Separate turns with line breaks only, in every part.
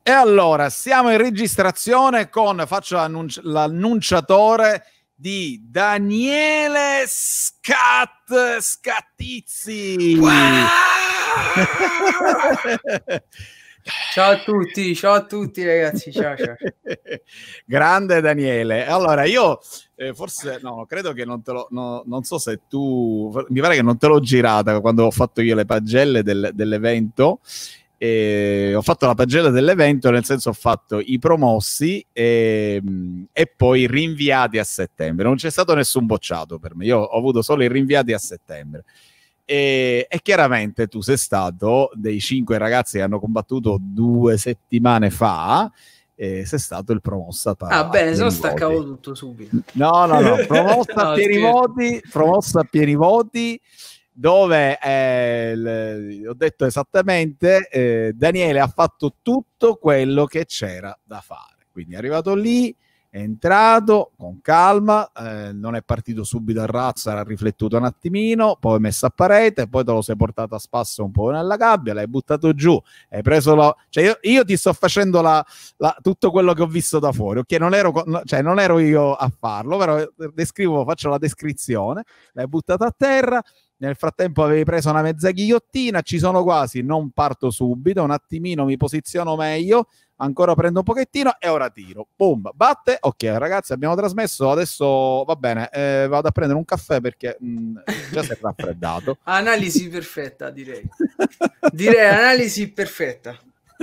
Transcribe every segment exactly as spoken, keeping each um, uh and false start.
E allora, siamo in registrazione con, faccio l'annunci- l'annunciatore di Daniele Scat Scattizzi.
Ciao a tutti, ciao a tutti ragazzi, ciao ciao.
Grande Daniele. Allora io eh, forse no, credo che non te lo no, non so se tu, mi pare che non te l'ho girata quando ho fatto io le pagelle del, dell'evento. E ho fatto la pagella dell'evento, nel senso ho fatto i promossi e, e poi rinviati a settembre. Non c'è stato nessun bocciato per me, io ho avuto solo i rinviati a settembre. E, e chiaramente tu sei stato dei cinque ragazzi che hanno combattuto due settimane fa, e sei stato il promosso a,
ah bene, se no staccavo
voti.
tutto subito.
No, no, no, promosso no, a pieni scherzo. voti, promosso a pieni voti, dove eh, l- ho detto esattamente, eh, Daniele ha fatto tutto quello che c'era da fare. Quindi è arrivato lì, è entrato con calma, eh, non è partito subito a razza, ha riflettuto un attimino, poi messo a parete, poi te lo sei portato a spasso un po' nella gabbia, l'hai buttato giù, hai preso la... Cioè io, io ti sto facendo la, la, tutto quello che ho visto da fuori, ok? Non ero, cioè non ero io a farlo, però descrivo, faccio la descrizione, l'hai buttato a terra. Nel frattempo avevi preso una mezza ghigliottina, ci sono quasi, non parto subito, un attimino mi posiziono meglio, ancora prendo un pochettino e ora tiro. Boom, batte, ok ragazzi abbiamo trasmesso, adesso va bene, eh, vado a prendere un caffè perché mh, già si è raffreddato.
Analisi perfetta direi, direi analisi perfetta.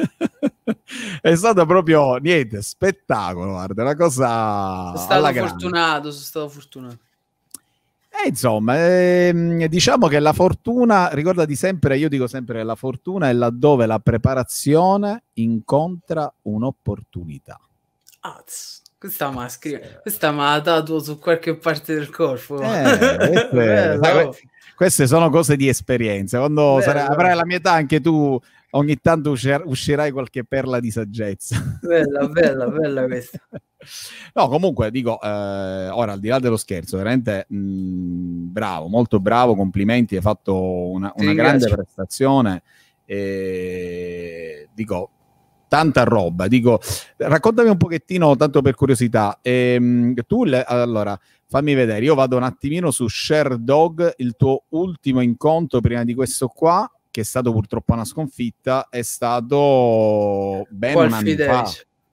È stato proprio, niente, spettacolo, guarda, una cosa
sono stato
alla
fortunato,
grande.
sono stato fortunato.
E insomma, ehm, diciamo che la fortuna, ricordati sempre, io dico sempre che la fortuna è laddove la preparazione incontra un'opportunità.
Ah, questa maschera, questa me l'ha dato su qualche parte del corpo.
Eh, queste, sai, queste sono cose di esperienza. Quando sarai, avrai la mia età, anche tu ogni tanto uscir- uscirai qualche perla di saggezza.
Bella, bella, bella questa.
No, comunque dico, eh, ora al di là dello scherzo, veramente mh, bravo, molto bravo, complimenti, hai fatto una, una grande prestazione. E, dico, tanta roba. Dico, raccontami un pochettino, tanto per curiosità. Ehm, tu, le, allora, fammi vedere, io vado un attimino su ShareDog, il tuo ultimo incontro prima di questo qua, che è stato purtroppo una sconfitta, è stato ben un anno fa.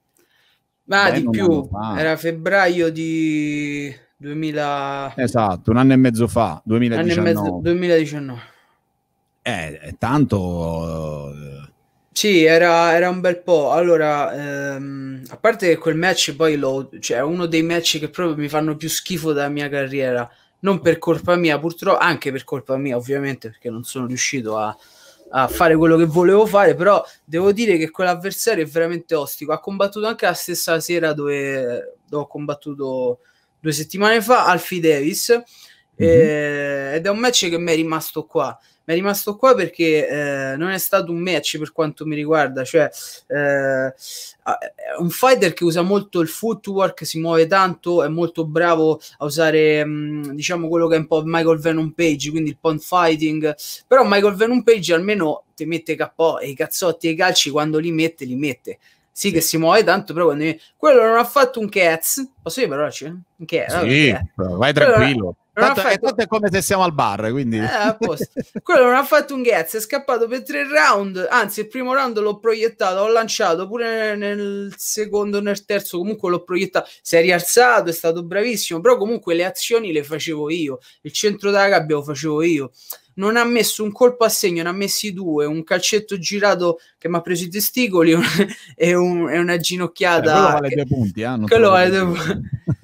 Ma ben di più, era febbraio di duemila...
Esatto, un anno e mezzo fa, duemiladiciannove.
Anno e mezzo, duemiladiciannove.
Eh, è tanto...
Sì, era, era un bel po'. Allora, ehm, a parte che quel match poi lo, cioè, è uno dei match che proprio mi fanno più schifo della mia carriera. Non per colpa mia, purtroppo, anche per colpa mia, ovviamente, perché non sono riuscito a, a fare quello che volevo fare. Però devo dire che quell'avversario è veramente ostico. Ha combattuto anche la stessa sera dove, dove ho combattuto due settimane fa, Alfie Davis. Mm-hmm. eh, ed è un match che mi è rimasto qua. Mi è rimasto qua perché eh, non è stato un match per quanto mi riguarda, cioè eh, è un fighter che usa molto il footwork, si muove tanto, è molto bravo a usare mh, diciamo quello che è un po' Michael Venom Page, quindi il pound fighting, però Michael Venom Page almeno ti mette K O e i cazzotti e i calci quando li mette, li mette. Sì, sì, che si muove tanto, però quando mi... quello non ha fatto un cazzo. Posso dire parolacce? Un cazzo?
Sì,
no,
vai tranquillo. Tanto,
fatto...
è, tanto è come se siamo al bar, quindi...
Eh, a posto. Quello non ha fatto un cazzo, è scappato per tre round, anzi il primo round l'ho proiettato, l'ho lanciato pure nel secondo, nel terzo, comunque l'ho proiettato, si è rialzato, è stato bravissimo, però comunque le azioni le facevo io, il centro della gabbia lo facevo io. Non ha messo un colpo a segno, ne ha messi due, un calcetto girato che mi ha preso i testicoli e, un, e una ginocchiata.
Eh, quello vale
che,
due punti, eh? Non
quello vale due punti.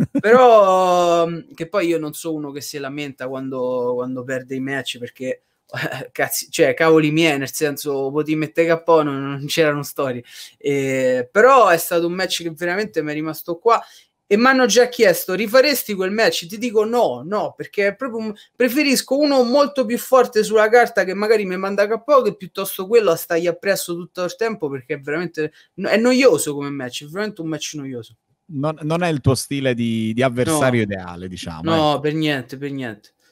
Però che poi io non so uno che si lamenta quando, quando perde i match, perché cazzi, cioè cavoli miei, nel senso potevi mettere K O, non, non c'erano storie. Eh, però è stato un match che veramente mi è rimasto qua. E mi hanno già chiesto, rifaresti quel match? Ti dico no, no, perché proprio un, preferisco uno molto più forte sulla carta che magari mi manda K O, che piuttosto quello a stargli appresso tutto il tempo, perché è veramente è noioso come match, è veramente un match noioso.
Non, non è il tuo stile di, di avversario
no,
ideale, diciamo.
No,
ecco.
per niente, per niente.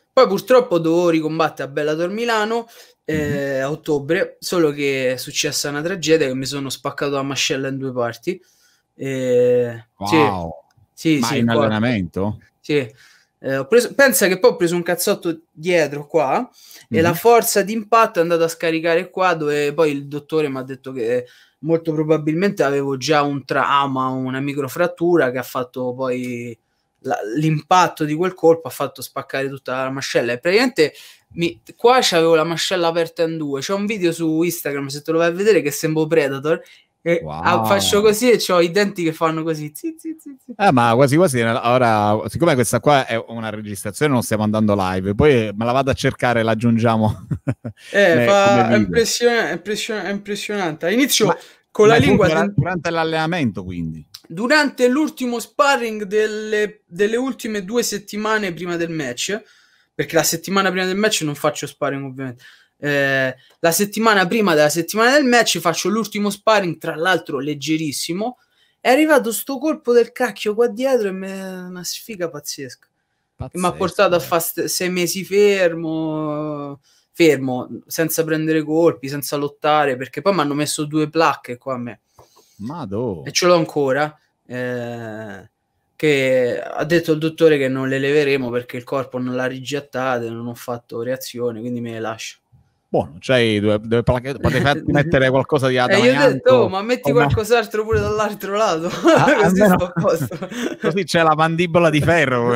Poi purtroppo dovevo ricombattere a Bellator Milano eh, a ottobre, solo che è successa una tragedia che mi sono spaccato la mascella in due parti. Eh,
wow.
Sì, sì,
ma
sì,
in
qua.
allenamento?
Sì. Eh, ho preso, pensa che poi ho preso un cazzotto dietro qua mm-hmm. e la forza d'impatto è andata a scaricare qua, dove poi il dottore mi ha detto che molto probabilmente avevo già un trauma, una microfrattura che ha fatto poi la, l'impatto di quel colpo ha fatto spaccare tutta la mascella e praticamente mi, qua c'avevo la mascella aperta in due. C'è un video su Instagram, se te lo vai a vedere, che sembro Predator. E wow. Faccio così e ho i denti che fanno così. Zi, zi, zi, zi.
Eh, ma quasi quasi ora, siccome questa qua è una registrazione, non stiamo andando live, poi me la vado a cercare, l'aggiungiamo.
Eh, ne, fa, è, impressionante, impression- è impressionante. All'inizio
ma,
con
ma
la lingua
durante, ten... durante l'allenamento, quindi
durante l'ultimo sparring delle, delle ultime due settimane prima del match, perché la settimana prima del match non faccio sparring ovviamente. Eh, la settimana prima della settimana del match faccio l'ultimo sparring, tra l'altro leggerissimo. È arrivato sto colpo del cacchio qua dietro e mi è una sfiga pazzesca. Pazzesco. Mi ha portato a fare st- sei mesi fermo, fermo, senza prendere colpi, senza lottare, perché poi mi hanno messo due placche qua a me.
Madò.
E ce l'ho ancora. Eh, che ha detto il dottore che non le leveremo perché il corpo non l'ha rigettato, non ho fatto reazione, quindi me le lascio.
Buono, c'hai due, due placche, potevi farti mettere qualcosa di
adamantico. Eh, io ho detto, oh, ma metti una... qualcos'altro pure dall'altro lato.
Ah, così, sto così c'è la mandibola di ferro.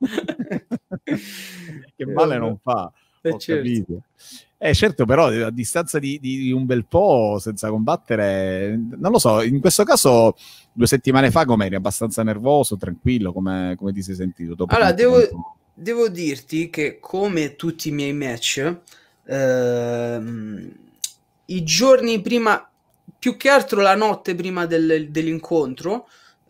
Che male non fa.
Eh,
Ho
certo.
capito. Eh, certo, però a distanza di, di un bel po' senza combattere, non lo so, in questo caso due settimane fa com'eri? Abbastanza nervoso, tranquillo, come, come ti sei sentito? Dopo
allora, devo, devo dirti che come tutti i miei match, ehm, i giorni prima, più che altro la notte prima del, dell'incontro,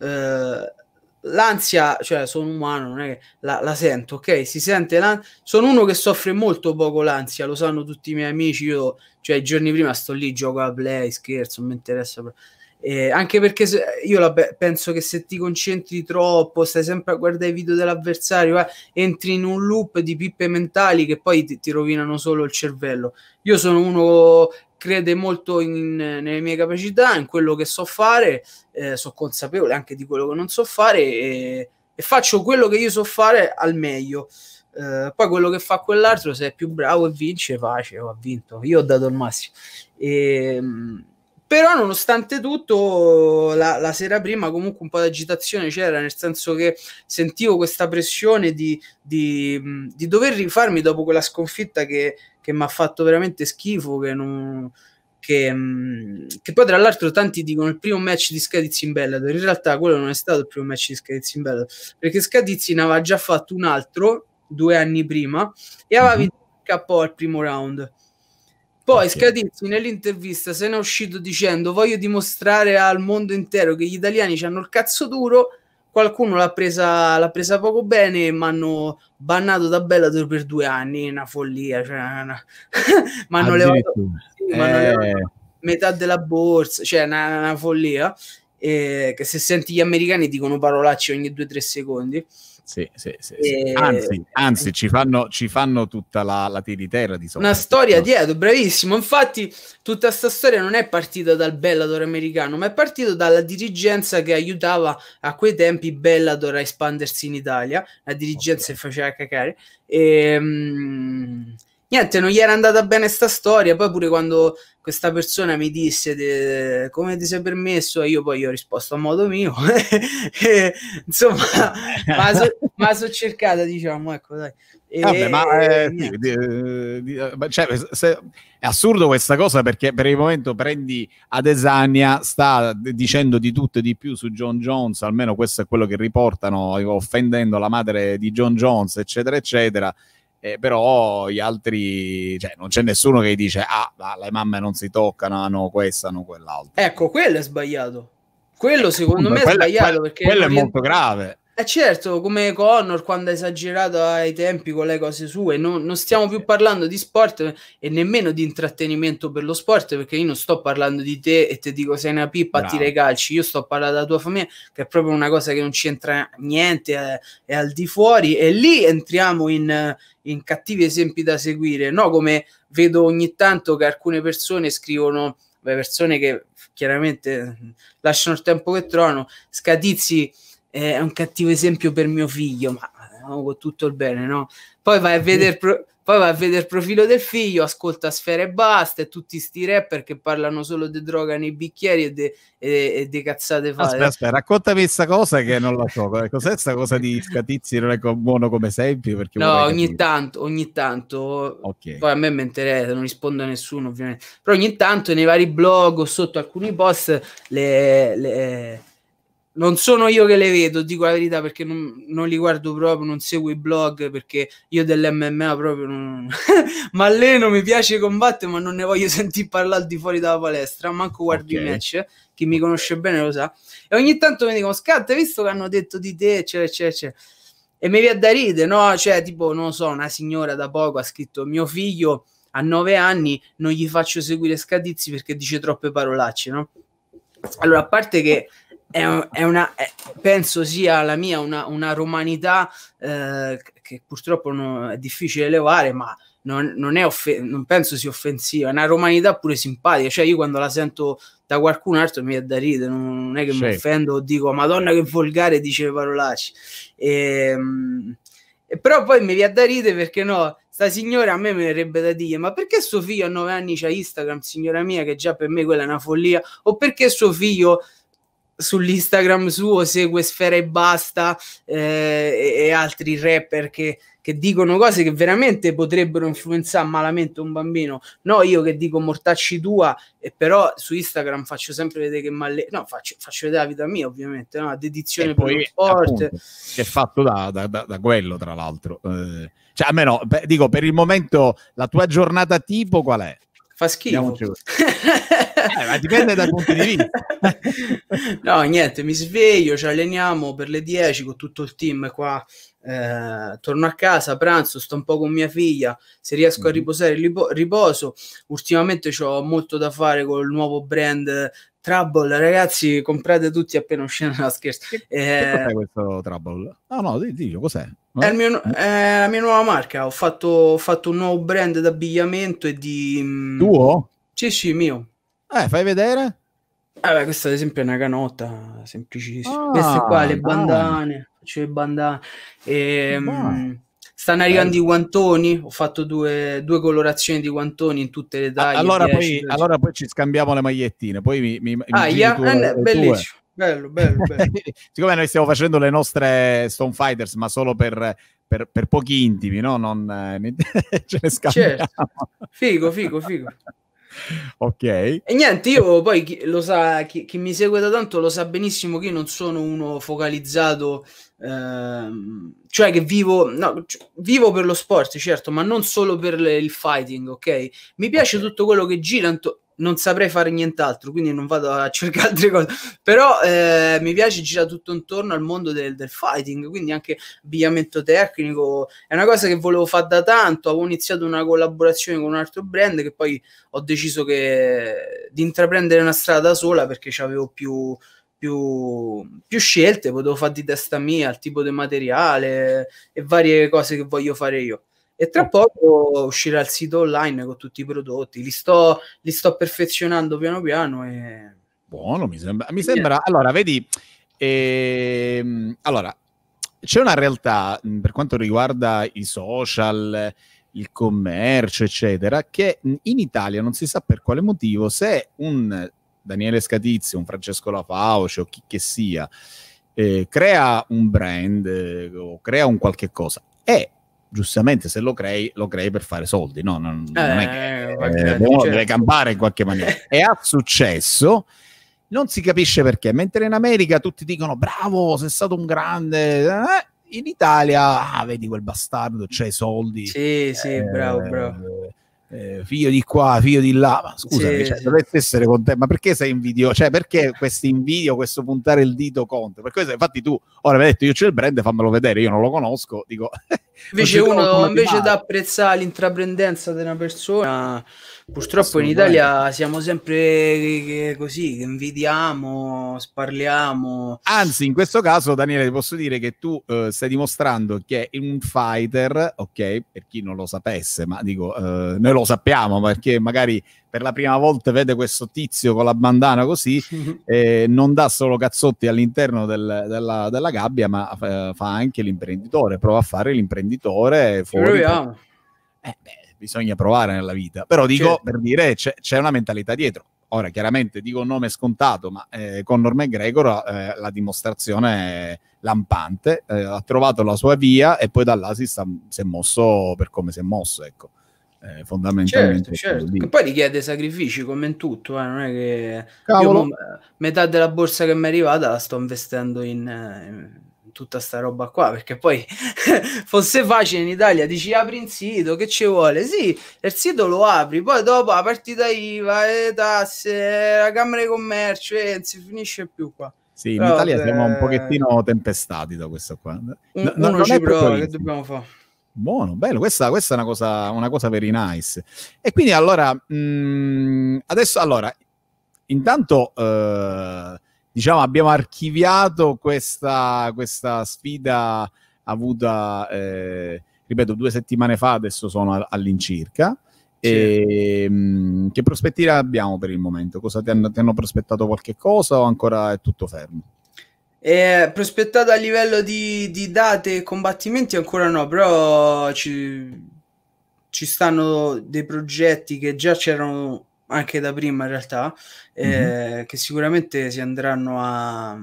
eh, l'ansia, cioè sono umano, non è che la, la sento, ok? Si sente l'ansia. Sono uno che soffre molto poco l'ansia, lo sanno tutti i miei amici. Io, cioè, i giorni prima sto lì, gioco a play, scherzo, non mi interessa. Eh, anche perché se, io la, penso che se ti concentri troppo, stai sempre a guardare i video dell'avversario, eh, entri in un loop di pippe mentali che poi ti, ti rovinano solo il cervello. Io sono uno crede molto in, nelle mie capacità, in quello che so fare, eh, sono consapevole anche di quello che non so fare e, e faccio quello che io so fare al meglio. Eh, poi quello che fa quell'altro, se è più bravo e vince, pace, ho vinto. Io ho dato il massimo. E, però nonostante tutto la, la sera prima comunque un po' di agitazione c'era, nel senso che sentivo questa pressione di, di, di dover rifarmi dopo quella sconfitta che che mi ha fatto veramente schifo, che, non, che, che poi tra l'altro tanti dicono il primo match di Scadizzi in Bellator, in realtà quello non è stato il primo match di Scadizzi in Bellator, perché Scadizzi ne aveva già fatto un altro due anni prima e aveva vinto il K O al primo round. Poi okay. Scadizzi nell'intervista se ne è uscito dicendo voglio dimostrare al mondo intero che gli italiani hanno il cazzo duro. Qualcuno l'ha presa, l'ha presa poco bene e mi hanno bannato da Bellator per due anni, una follia, cioè una... mi hanno levato, sì, eh... levato metà della borsa, cioè una, una follia, e che se senti gli americani dicono parolacce ogni due o tre secondi.
Sì, sì, sì, sì. E... Anzi, anzi ci, fanno, ci fanno tutta la, la tiritera di
una storia dietro, bravissimo. Infatti tutta questa storia non è partita dal Bellator americano, ma è partita dalla dirigenza che aiutava a quei tempi Bellator a espandersi in Italia, la dirigenza okay. che faceva cacare e um, niente, non gli era andata bene sta storia. Poi pure quando questa persona mi disse de, come ti sei permesso, e io poi io ho risposto a modo mio e, insomma ma so, ma so cercata, diciamo, ecco, dai. E,
Vabbè, ma eh, sì, di, di, cioè, se, è assurdo questa cosa, perché per il momento prendi Adesanya, sta dicendo di tutto e di più su John Jones, almeno questo è quello che riportano, offendendo la madre di John Jones, eccetera eccetera. Eh, però gli altri, cioè non c'è nessuno che dice ah, le mamme non si toccano, hanno questa, hanno quell'altro.
Ecco, quello è sbagliato. Quello secondo Appunto, me è
quello,
sbagliato
quello,
perché
quello è
rientra...
molto grave.
Eh certo, come Connor quando ha esagerato ai tempi con le cose sue, non, non stiamo più parlando di sport e nemmeno di intrattenimento per lo sport, perché io non sto parlando di te e ti dico sei una pippa, tira i calci, io sto parlando della tua famiglia, che è proprio una cosa che non c'entra niente, è, è al di fuori, e lì entriamo in, in cattivi esempi da seguire, no? Come vedo ogni tanto che alcune persone scrivono, beh, persone che chiaramente lasciano il tempo che trovano, Scatizzi è un cattivo esempio per mio figlio, ma no, con tutto il bene, no? Poi vai a vedere pro- poi vai a vedere il profilo del figlio, ascolta Sfera e Basta e tutti sti rapper che parlano solo di droga nei bicchieri e di e, e cazzate fatte.
Aspetta, aspetta, raccontami questa cosa che non la so. Cos'è questa cosa di Scatizzi? Non è buono come esempio? Perché
no, ogni
capire.
tanto, ogni tanto,
okay.
Poi a me mi interessa, non rispondo a nessuno ovviamente, però ogni tanto nei vari blog o sotto alcuni post le... le non sono io che le vedo, dico la verità, perché non, non li guardo proprio, non seguo i blog, perché io dell'M M A proprio non... ma alleno, mi piace combattere, ma non ne voglio sentire parlare al di fuori dalla palestra, manco guardo okay. i match, chi mi conosce bene lo sa, e ogni tanto mi dicono, scatta, hai visto che hanno detto di te, eccetera, eccetera, eccetera. E mi viene da ridere, no? Cioè, tipo, non lo so, una signora da poco ha scritto, mio figlio a nove anni non gli faccio seguire Scatizzi perché dice troppe parolacce, no? Allora, a parte che È, è una, è, penso sia la mia una, una romanità eh, che purtroppo non, è difficile elevare, ma non, non, è off- non penso sia offensiva, è una romanità pure simpatica, cioè io quando la sento da qualcun altro mi è da ridere, non è che sì. mi offendo o dico madonna che volgare dice le parolacce, e, e però poi mi viene da ridere perché no, sta signora a me mi verrebbe da dire ma perché suo figlio a nove anni c'ha Instagram, signora mia, che già per me quella è una follia, o perché suo figlio sull'Instagram suo segue Sfera e Basta eh, e, e altri rapper che, che dicono cose che veramente potrebbero influenzare malamente un bambino, no io che dico mortacci tua e però su Instagram faccio sempre vedere che malle... no faccio, faccio vedere la vita mia ovviamente, no? Dedizione e per poi, lo sport appunto,
che è fatto da, da, da, da quello tra l'altro eh, cioè a me no, per, dico per il momento la tua giornata tipo qual è?
Fa schifo.
Eh, ma dipende dai punti di vista.
No, niente, mi sveglio, ci alleniamo per le dieci con tutto il team qua, eh, torno a casa, pranzo, sto un po' con mia figlia, se riesco mm. a riposare riposo. Ultimamente ho molto da fare con il nuovo brand Trouble, ragazzi, comprate tutti appena uscire la scherza.
Che, eh, che cos'è questo Trouble? Ah no, dillo, cos'è?
È, il mio, è la mia nuova marca, ho fatto, ho fatto un nuovo brand d'abbigliamento e di...
Tuo?
Sì, sì, mio.
Eh, fai vedere?
Ah, beh, questa ad esempio è una canotta semplicissima. Ah, queste qua, le bandane, faccio le bandane. E, um, stanno arrivando Bello. i guantoni, ho fatto due, due colorazioni di guantoni in tutte le taglie.
Allora, dieci, poi, allora poi ci scambiamo le magliettine, poi mi, mi,
ah,
mi
yeah? eh, bellissimo. Bello, bello, bello.
Siccome noi stiamo facendo le nostre Stone Fighters, ma solo per, per, per pochi intimi, no? Non eh, ce ne scambiamo.
Certo. Figo, figo, figo.
Ok.
E niente, io poi chi, lo sa, chi, chi mi segue da tanto lo sa benissimo che io non sono uno focalizzato, ehm, cioè che vivo, no, vivo per lo sport, certo, ma non solo per le, il fighting, ok? Mi piace okay. tutto quello che gira, into- non saprei fare nient'altro, quindi non vado a cercare altre cose, però eh, mi piace girare tutto intorno al mondo del, del fighting, quindi anche abbigliamento tecnico, è una cosa che volevo fare da tanto, avevo iniziato una collaborazione con un altro brand che poi ho deciso che di intraprendere una strada da sola perché c'avevo più, più, più scelte, potevo fare di testa mia, il tipo di materiale e varie cose che voglio fare io. E tra poco uscirà il sito online con tutti i prodotti, li sto, li sto perfezionando piano piano. E...
Buono, mi sembra. Mi sembra allora, vedi, ehm, allora, c'è una realtà per quanto riguarda i social, il commercio, eccetera, che in Italia non si sa per quale motivo, se un Daniele Scatizzi, un Francesco Lafauce o chi che sia, eh, crea un brand eh, o crea un qualche cosa e giustamente se lo crei, lo crei per fare soldi, no? Non, eh, non è che eh, uno deve campare in qualche maniera. E ha successo, non si capisce perché, mentre in America tutti dicono bravo, sei stato un grande, eh, in Italia, ah, vedi quel bastardo, c'è i soldi.
Sì, sì,
eh,
bravo, bravo.
eh, figlio di qua, figlio di là, ma scusami, sì, cioè, sì. Dovresti essere contento, ma perché sei invidioso? Cioè, perché questo invidio, questo puntare il dito contro? Per questo, infatti tu, ora mi hai detto, io c'ho il brand, fammelo vedere, io non lo conosco, dico...
Invece uno, invece da apprezzare l'intraprendenza di una persona, purtroppo in Italia siamo sempre così, che invidiamo, sparliamo.
Anzi, in questo caso, Daniele, ti posso dire che tu eh, stai dimostrando che un fighter, ok, per chi non lo sapesse, ma dico, eh, noi lo sappiamo perché magari per la prima volta vede questo tizio con la bandana così, eh, non dà solo cazzotti all'interno del, della, della gabbia, ma fa, fa anche l'imprenditore, prova a fare l'imprenditore fuori. Per... Eh, beh, bisogna provare nella vita, però dico, certo. Per dire, c'è, c'è una mentalità dietro. Ora, chiaramente, dico un nome scontato, ma eh, Conor McGregor eh, la dimostrazione è lampante, eh, ha trovato la sua via e poi da là si, sta, si è mosso per come si è mosso, ecco. Eh, fondamentalmente
certo, certo. Che poi richiede sacrifici come in tutto, eh? Non è che
Cavolo.
io mo, metà della borsa che mi è arrivata la sto investendo in, in tutta sta roba qua, perché poi fosse facile in Italia dici apri un sito, che ci vuole? Sì, il sito lo apri, poi dopo la partita I V A, le tasse, la Camera di Commercio, e non si finisce più qua.
Sì, in Però, Italia beh... siamo un pochettino tempestati da questo qua.
Un, no, uno non ci prova, che dobbiamo fare?
Buono, bello, questa, questa è una cosa, una cosa very nice. E quindi allora, mh, adesso allora, intanto eh, diciamo abbiamo archiviato questa, questa sfida avuta, eh, ripeto, due settimane fa, adesso sono all'incirca. Sì. E, mh, che prospettive abbiamo per il momento? Cosa ti hanno, ti hanno prospettato qualche cosa o ancora è tutto fermo?
Eh, prospettato a livello di, di date e combattimenti ancora no, però ci, ci stanno dei progetti che già c'erano anche da prima in realtà, eh, mm-hmm. che sicuramente si andranno a,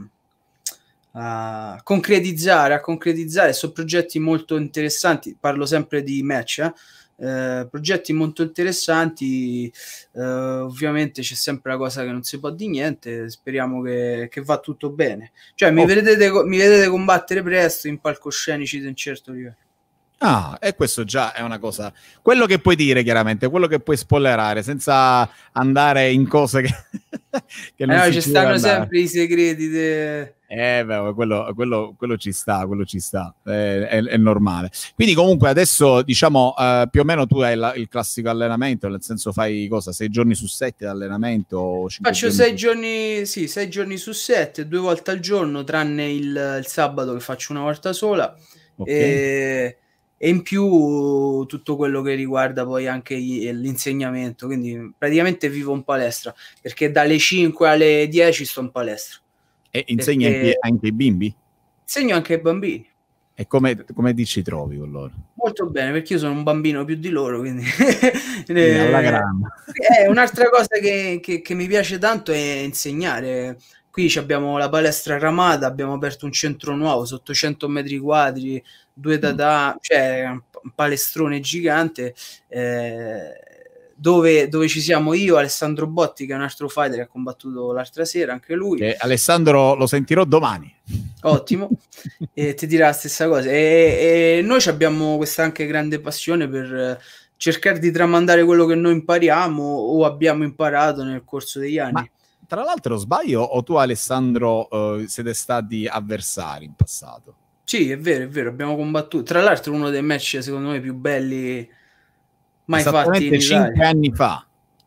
a concretizzare, a concretizzare. Sono progetti molto interessanti, parlo sempre di match, eh? Eh, progetti molto interessanti, eh, ovviamente c'è sempre la cosa che non si può di niente, speriamo che, che va tutto bene, cioè mi, oh. vedete, mi vedete combattere presto in palcoscenici di un certo livello.
Ah, e questo già è una cosa, quello che puoi dire chiaramente, quello che puoi spoilerare senza andare in cose che,
che non eh no, si ci stanno andare. Sempre i segreti de...
Eh, beh, quello, quello, quello ci sta, quello ci sta, è, è, è normale. Quindi comunque adesso diciamo uh, più o meno tu hai la, il classico allenamento, nel senso fai cosa? Sei giorni su sette di allenamento? O
Faccio sei giorni, sì, sei giorni su sette, due volte al giorno, tranne il, il sabato che faccio una volta sola. Okay. E... e in più tutto quello che riguarda poi anche l'insegnamento, quindi praticamente vivo in palestra, perché dalle cinque alle dieci sto in palestra.
E insegni anche, anche ai bimbi?
Insegno anche ai bambini.
E come, come ti ci trovi con loro?
Molto bene, perché io sono un bambino più di loro, quindi...
quindi alla grande.
Eh, un'altra cosa che, che, che mi piace tanto è insegnare. Qui abbiamo la palestra Ramada, abbiamo aperto un centro nuovo, sotto cento metri quadri, due dada, mm. cioè un palestrone gigante, eh, dove, dove ci siamo io, Alessandro Botti, che è un altro fighter che ha combattuto l'altra sera, anche lui.
Che Alessandro lo sentirò domani.
Ottimo, e ti dirà la stessa cosa. E, e noi abbiamo questa anche grande passione per cercare di tramandare quello che noi impariamo o abbiamo imparato nel corso degli anni.
Ma... Tra l'altro sbaglio o tu Alessandro uh, siete stati avversari in passato?
Sì, è vero, è vero, abbiamo combattuto. Tra l'altro uno dei match secondo me più belli mai fatti in Italia.
cinque anni fa.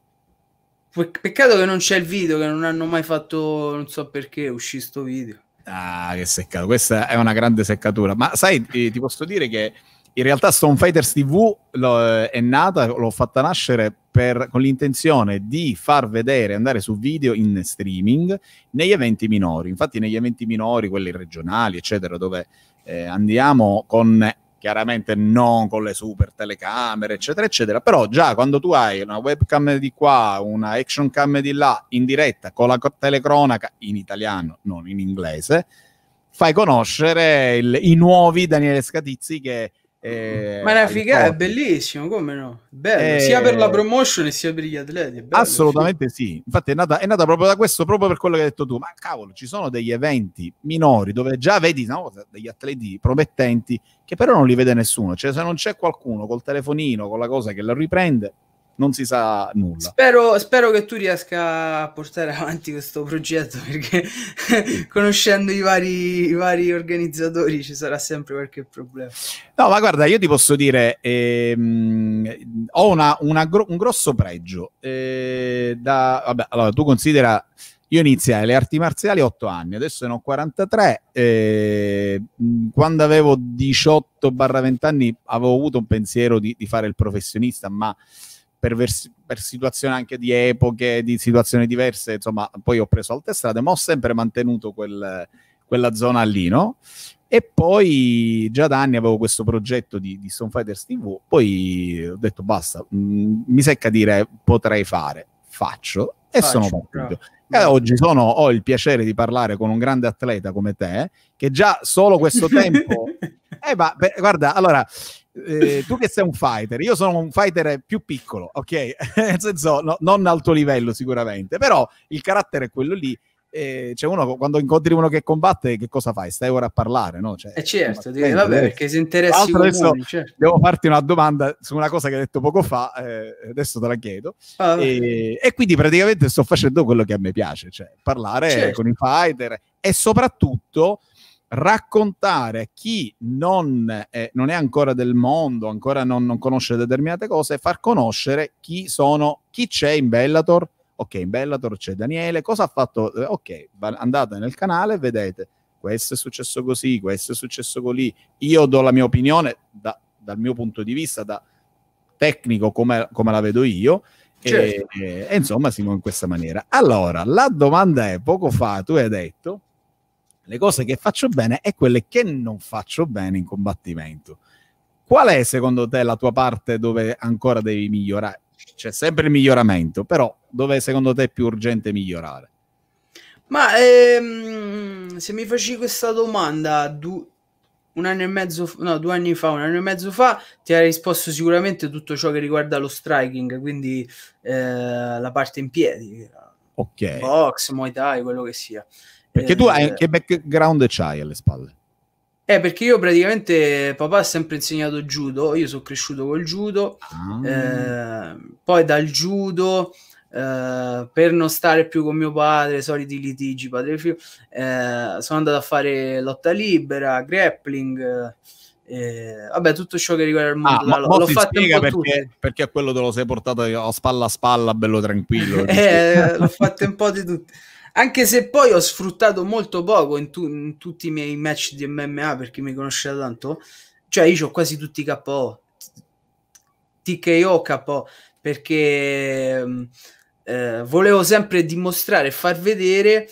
Peccato che non c'è il video, che non hanno mai fatto, non so perché uscì sto video.
Ah, che seccato, questa è una grande seccatura. Ma sai, ti, ti posso dire che in realtà Stone Fighters ti vu lo, è nata, l'ho fatta nascere per, con l'intenzione di far vedere, andare su video in streaming negli eventi minori. Infatti negli eventi minori, quelli regionali, eccetera, dove eh, andiamo con, chiaramente non con le super telecamere, eccetera, eccetera, però già quando tu hai una webcam di qua, una action cam di là, in diretta, con la telecronaca, in italiano, non in inglese, fai conoscere il, i nuovi Daniele Scatizzi che...
Eh, ma è una figata, è bellissimo, come no? Bello, eh, sia per la promotion e sia per gli atleti. È bello,
assolutamente sì. Infatti è nata, è nata proprio da questo, proprio per quello che hai detto tu. Ma cavolo, ci sono degli eventi minori dove già vedi, no, degli atleti promettenti che però non li vede nessuno. Cioè, se non c'è qualcuno col telefonino, con la cosa che lo riprende, non si sa nulla.
Spero, spero che tu riesca a portare avanti questo progetto, perché conoscendo i vari, i vari organizzatori ci sarà sempre qualche problema.
No, ma guarda, io ti posso dire, ehm, ho una, una gro- un grosso pregio. Eh, da, vabbè, allora, tu considera, io iniziai le arti marziali a otto anni, adesso ne ho quarantatré. Eh, quando avevo diciotto venti anni avevo avuto un pensiero di, di fare il professionista, ma per, vers- per situazioni anche di epoche, di situazioni diverse, insomma, poi ho preso altre strade, ma ho sempre mantenuto quel, quella zona lì, no? E poi già da anni avevo questo progetto di, di Stone Fighters tivù, poi ho detto basta, mh, mi secca dire potrei fare, faccio, e Faccio, sono partito. E oggi sono, ho il piacere di parlare con un grande atleta come te, che già solo questo tempo... eh, ma, beh, guarda, allora... Eh, tu che sei un fighter, io sono un fighter più piccolo, ok? Nel senso, no, non alto livello sicuramente, però il carattere è quello lì. Eh, c'è uno, quando incontri uno che combatte, che cosa fai? Stai ora a parlare, no? Cioè,
eh certo, direi, vabbè, perché se interessi comuni, certo.
Devo farti una domanda su una cosa che hai detto poco fa, eh, adesso te la chiedo. Ah, e, e quindi praticamente sto facendo quello che a me piace, cioè parlare certo. con i fighter e soprattutto raccontare a chi non è, non è ancora del mondo, ancora non, non conosce determinate cose, far conoscere chi sono, chi c'è in Bellator. Ok, in Bellator c'è Daniele, cosa ha fatto? Ok, andate nel canale, vedete, questo è successo così, questo è successo così, io do la mia opinione da, dal mio punto di vista, da tecnico come, come la vedo io, certo. e, e insomma siamo in questa maniera. Allora, la domanda è, poco fa tu hai detto, le cose che faccio bene e quelle che non faccio bene in combattimento. Qual è secondo te la tua parte dove ancora devi migliorare? C'è sempre il miglioramento, però dove secondo te è più urgente migliorare?
Ma ehm, se mi facevi questa domanda du- un anno e mezzo, no, due anni fa, un anno e mezzo fa, ti avrei risposto sicuramente tutto ciò che riguarda lo striking, quindi eh, la parte in piedi,
okay.
box, Muay Thai, quello che sia.
Perché eh, tu hai, che background c'hai alle spalle?
Eh, perché io praticamente, papà ha sempre insegnato judo, io sono cresciuto col judo, ah. eh, poi dal judo, eh, per non stare più con mio padre, soliti litigi padre e figlio, eh, sono andato a fare lotta libera, grappling, eh, vabbè, tutto ciò che riguarda il mondo.
Ah,
da,
mo
l'ho
ti
fatto un po'
perché, perché a quello te lo sei portato a spalla a spalla, bello tranquillo.
eh, l'ho fatto un po' di tutto. Anche se poi ho sfruttato molto poco in, tu, in tutti i miei match di M M A, per chi mi conosce da tanto, cioè io ho quasi tutti K O, T K O, K O, perché eh, volevo sempre dimostrare e far vedere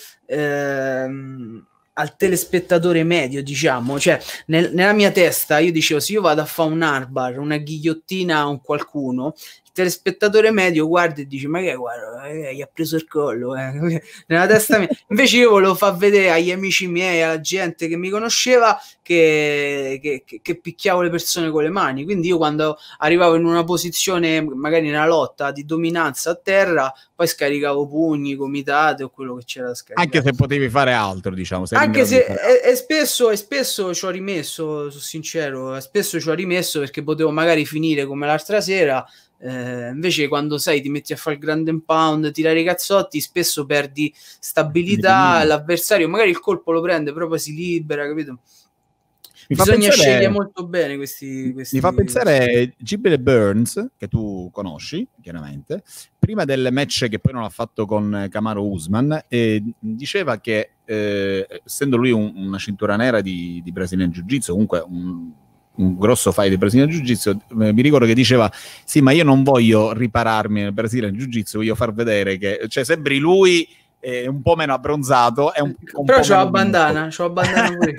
ehm, al telespettatore medio, diciamo, cioè nel, nella mia testa io dicevo, se io vado a fare un armbar, una ghigliottina a un qualcuno, telespettatore medio guarda e dice ma che guarda eh, gli ha preso il collo eh. Nella testa mia. Invece io volevo far vedere agli amici miei, alla gente che mi conosceva che, che, che picchiavo le persone con le mani, quindi io quando arrivavo in una posizione magari nella lotta di dominanza a terra poi scaricavo pugni, gomitate o quello che c'era da scaricare,
anche se potevi fare altro, diciamo,
anche se e, e spesso e spesso ci ho rimesso, sono sincero, spesso ci ho rimesso perché potevo magari finire come l'altra sera. Eh, invece quando sai ti metti a fare il ground and pound, tirare i cazzotti, spesso perdi stabilità, l'avversario magari il colpo lo prende però poi si libera, capito? Mi bisogna pensare, scegliere molto bene questi, questi
mi fa pensare Gibble Burns, che tu conosci chiaramente, prima del match che poi non ha fatto con Kamaru Usman, eh, diceva che eh, essendo lui un, una cintura nera di, di Brazilian Jiu-Jitsu, comunque un un grosso fight di Brazilian Jiu-Jitsu, eh, mi ricordo che diceva sì, ma io non voglio ripararmi nel Brazilian Jiu-Jitsu, voglio far vedere che, cioè, sembri lui eh, un po' meno abbronzato è un, un
però c'ho la bandana c'ho la bandana pure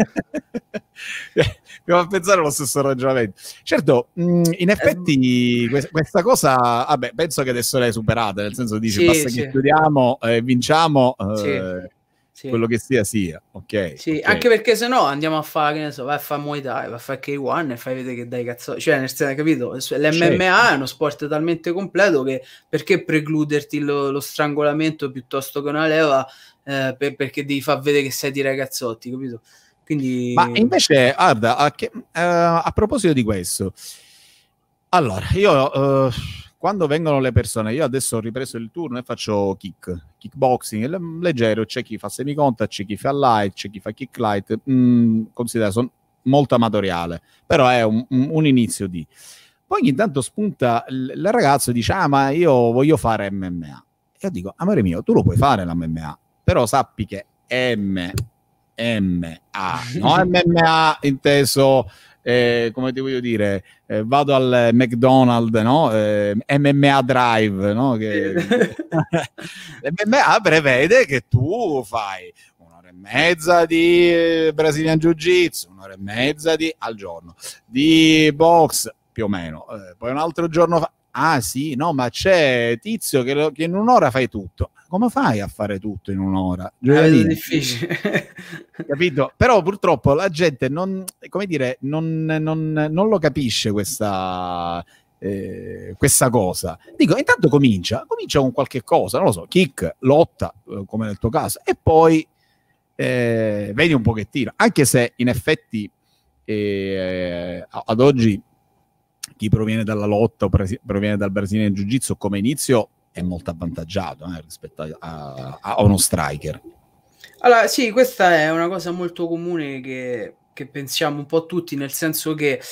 mi fa pensare lo stesso ragionamento. Certo, mh, in effetti eh, questa cosa vabbè, penso che adesso l'hai superata, nel senso dici sì, basta sì. che studiamo e eh, vinciamo eh, sì. Sì. quello che sia sia, ok?
Sì,
okay.
Anche perché se no andiamo a fare, che ne so, vai a fare Muay Thai, vai a fare K uno e fai vedere che dai cazzo, cioè nel senso, capito? L'M M A è uno sport talmente completo che perché precluderti lo, lo strangolamento piuttosto che una leva eh, per, perché devi far vedere che sai tirare cazzotti, capito? Quindi...
Ma invece, guarda, a, che, uh, a proposito di questo, allora, io... Uh, quando vengono le persone, io adesso ho ripreso il turno e faccio kick, kickboxing, leggero, c'è chi fa semicontact, c'è chi fa light, c'è chi fa kick light, mm, considera, sono molto amatoriale, però è un, un, un inizio di... Poi ogni tanto spunta il, il ragazzo e dice, ah ma io voglio fare M M A. E io dico, amore mio, tu lo puoi fare l'M M A, però sappi che M M A, no M M A inteso... Eh, come ti voglio dire, eh, vado al McDonald's, no? Eh, M M A Drive, no? Che... M M A prevede che tu fai un'ora e mezza di Brazilian Jiu-Jitsu, un'ora e mezza di, al giorno di box, più o meno, eh, poi un altro giorno fa... ah sì, no, ma c'è Tizio che, lo, che in un'ora fai tutto. Come fai a fare tutto in un'ora?
È difficile.
Capito? Però purtroppo la gente non, come dire, non, non, non lo capisce questa, eh, questa cosa. Dico, intanto comincia, comincia con qualche cosa, non lo so, kick, lotta, eh, come nel tuo caso, e poi eh, vedi un pochettino, anche se in effetti eh, ad oggi chi proviene dalla lotta o pre- proviene dal Brazilian Jiu-Jitsu come inizio è molto avvantaggiato eh, rispetto a, a, a uno striker.
Allora, sì, questa è una cosa molto comune che, che pensiamo un po' tutti, nel senso che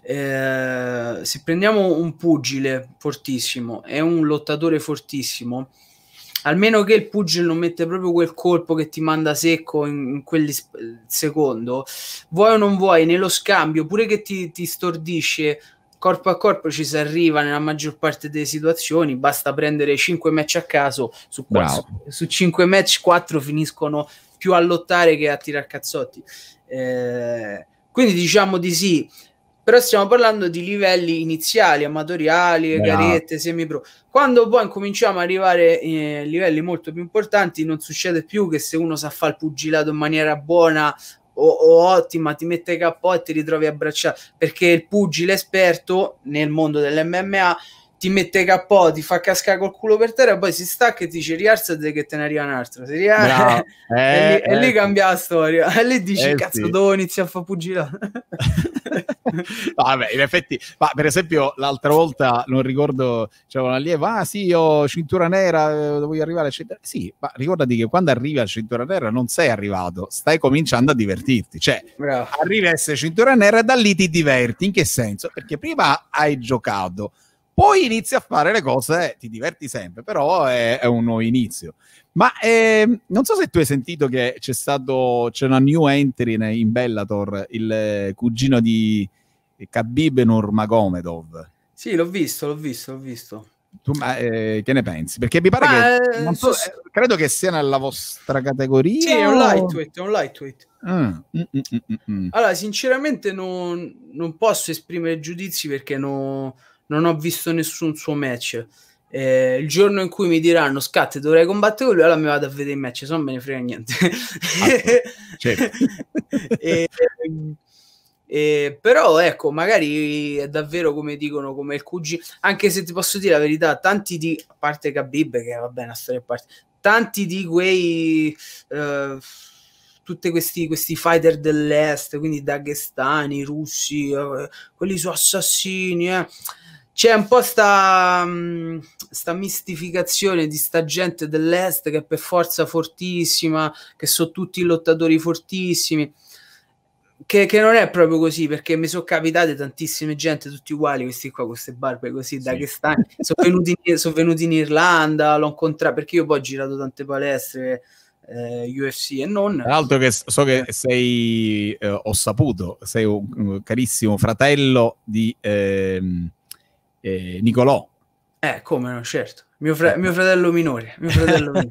eh, se prendiamo un pugile fortissimo e un lottatore fortissimo, almeno che il pugile non mette proprio quel colpo che ti manda secco in, in quel secondo, vuoi o non vuoi, nello scambio, pure che ti, ti stordisce, corpo a corpo ci si arriva nella maggior parte delle situazioni, basta prendere cinque match a caso, su, su, su cinque match quattro finiscono più a lottare che a tirare cazzotti, eh, quindi diciamo di sì, però stiamo parlando di livelli iniziali, amatoriali, garette, semi-pro. Quando poi cominciamo ad arrivare a eh, livelli molto più importanti, non succede più che se uno sa fare il pugilato in maniera buona o, o ottima, ti mette K O e ti ritrovi abbracciato, perché il pugile esperto nel mondo dell'M M A ti mette K O, ti fa cascare col culo per terra, poi si stacca e ti dice rialzati che te ne arriva un altro. Si ria... eh, e, lì, eh, e lì cambia la storia. E lì dici, eh, cazzo, sì. Devo iniziare a fare pugilato.
Vabbè, in effetti, ma per esempio l'altra volta, non ricordo, c'era un allievo, ah sì, io cintura nera, voglio arrivare a cintura... Sì, ma ricordati che quando arrivi a cintura nera non sei arrivato, stai cominciando a divertirti. Cioè, bravo, arrivi a essere cintura nera e da lì ti diverti. In che senso? Perché prima hai giocato, poi inizi a fare le cose, eh, ti diverti sempre, però è, è un nuovo inizio. Ma eh, non so se tu hai sentito che c'è stato c'è una new entry in Bellator, il cugino di Khabib Nurmagomedov.
Sì, l'ho visto, l'ho visto, l'ho visto.
Tu, ma, eh, che ne pensi? Perché mi pare ma, che non so, posso... eh, credo che sia nella vostra categoria.
Sì, è un lightweight, è un lightweight.
Mm, mm, mm, mm, mm.
Allora, sinceramente non, non posso esprimere giudizi perché non, non ho visto nessun suo match. Eh, il giorno in cui mi diranno scatte dovrei combattere con lui, allora mi vado a vedere il match, se non me ne frega niente. Ah, certo. e, e, però ecco, magari è davvero come dicono, come il cugino, anche se ti posso dire la verità, tanti di, a parte Khabib che vabbè è una storia a parte, tanti di quei uh, tutti questi, questi fighter dell'est, quindi dagestani, russi, uh, quelli sono assassini, eh. C'è un po' sta, sta mistificazione di sta gente dell'est che è per forza fortissima, che sono tutti lottatori fortissimi, che, che non è proprio così, perché mi sono capitate tantissime gente tutti uguali, questi qua, queste barbe così, sì. Dagestani, sono venuti, sono venuti in Irlanda, l'ho incontrato, perché io poi ho girato tante palestre, eh, U F C e non.
Tra l'altro che so che sei, eh, ho saputo, sei un, un carissimo fratello di... Ehm, Eh, Nicolò.
Eh, come no, certo. Mio, fre- mio fratello minore. Mio fratello minore.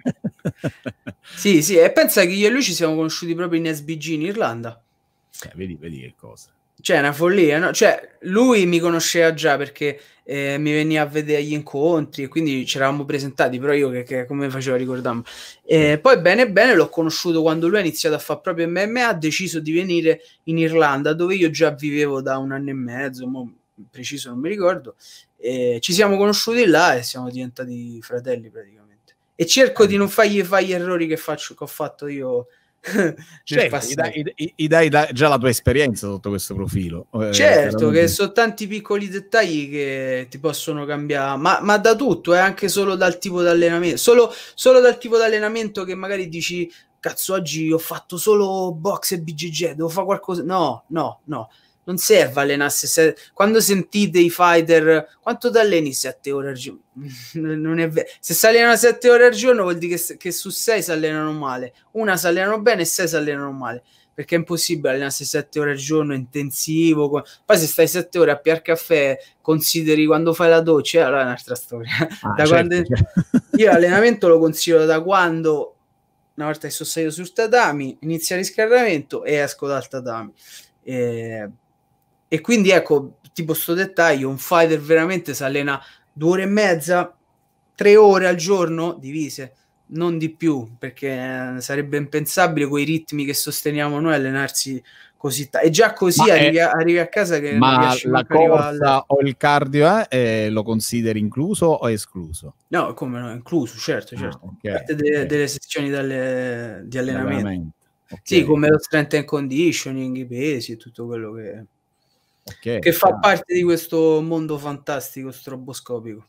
Sì, sì, e pensa che io e lui ci siamo conosciuti proprio in S B G in Irlanda.
Eh, vedi, vedi che cosa.
Cioè, è una follia, no? Cioè, lui mi conosceva già perché eh, mi veniva a vedere agli incontri e quindi ci eravamo presentati, però io che, che come facevo a ricordarmi. E poi bene bene l'ho conosciuto quando lui ha iniziato a fare proprio M M A, ha deciso di venire in Irlanda, dove io già vivevo da un anno e mezzo, mo preciso non mi ricordo, e ci siamo conosciuti là e siamo diventati fratelli praticamente, e cerco di non fargli fare gli errori che faccio che ho fatto io
Certo, gli dai, gli, gli dai da, già la tua esperienza sotto questo profilo.
Certo, eh, che sono tanti piccoli dettagli che ti possono cambiare, ma, ma da tutto, è eh, anche solo dal tipo di allenamento, solo, solo dal tipo di allenamento che magari dici, cazzo, oggi ho fatto solo box e B J J, devo fare qualcosa. No, no, no. Non serve allenarsi. Se... Quando sentite i fighter, quanto ti alleni? Sette ore al giorno? Non è vero. Se si allenano sette ore al giorno vuol dire che, che su sei si allenano male. Una si allenano bene e sei si allenano male. Perché è impossibile allenarsi sette ore al giorno intensivo. Poi se stai sette ore a piar caffè, consideri quando fai la doccia, allora è un'altra storia. Ah, da certo, quando... certo. Io l'allenamento lo considero da quando, una volta che sono salito sul tatami, inizia il riscaldamento e esco dal tatami. E... E quindi ecco, tipo sto dettaglio, un fighter veramente si allena due ore e mezza, tre ore al giorno divise, non di più, perché sarebbe impensabile quei ritmi che sosteniamo noi allenarsi così t- e già così arrivi, è, a, arrivi a casa che
ma
non riesci
la corsa o il cardio eh, lo consideri incluso o escluso?
No, come no, incluso, certo, certo. Ah, okay, parte de- okay. delle sessioni dalle, di allenamento. Okay. Sì, come lo strength and conditioning, i pesi e tutto quello che... Okay, che fa chiaro. Parte di questo mondo fantastico stroboscopico.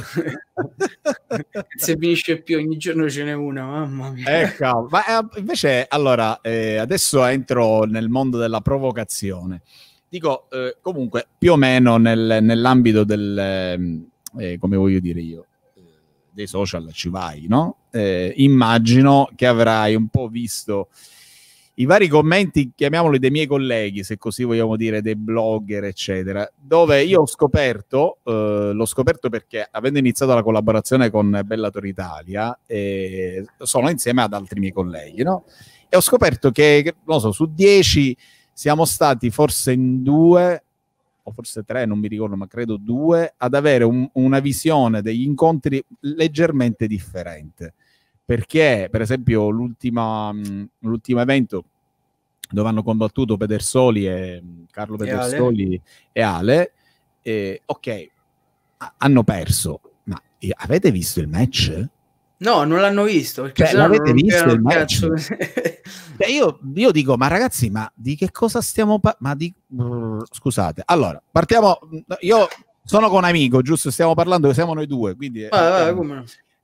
Se finisce più ogni giorno ce n'è una, mamma mia.
Ecco, ma eh, invece allora eh, adesso entro nel mondo della provocazione. Dico eh, comunque più o meno nel, nell'ambito del eh, come voglio dire io eh, dei social ci vai, no? Eh, immagino che avrai un po' visto i vari commenti, chiamiamoli dei miei colleghi, se così vogliamo dire, dei blogger, eccetera, dove io ho scoperto, eh, l'ho scoperto perché avendo iniziato la collaborazione con Bellator Italia, eh, sono insieme ad altri miei colleghi, no? E ho scoperto che, non so, su dieci siamo stati forse in due, o forse tre, non mi ricordo, ma credo due, ad avere un, una visione degli incontri leggermente differente. Perché, per esempio, l'ultima, l'ultimo evento dove hanno combattuto Pedersoli e Carlo Pedersoli e Ale, e Ale eh, ok, hanno perso, ma avete visto il match?
No, non l'hanno visto. Perché
cioè, l'avete visto il match? Cioè, io, io dico, ma ragazzi, ma di che cosa stiamo parlando? Ma di... Scusate, allora, partiamo... Io sono con un amico, giusto? Stiamo parlando, siamo noi due, quindi...
Ah, ah, come no?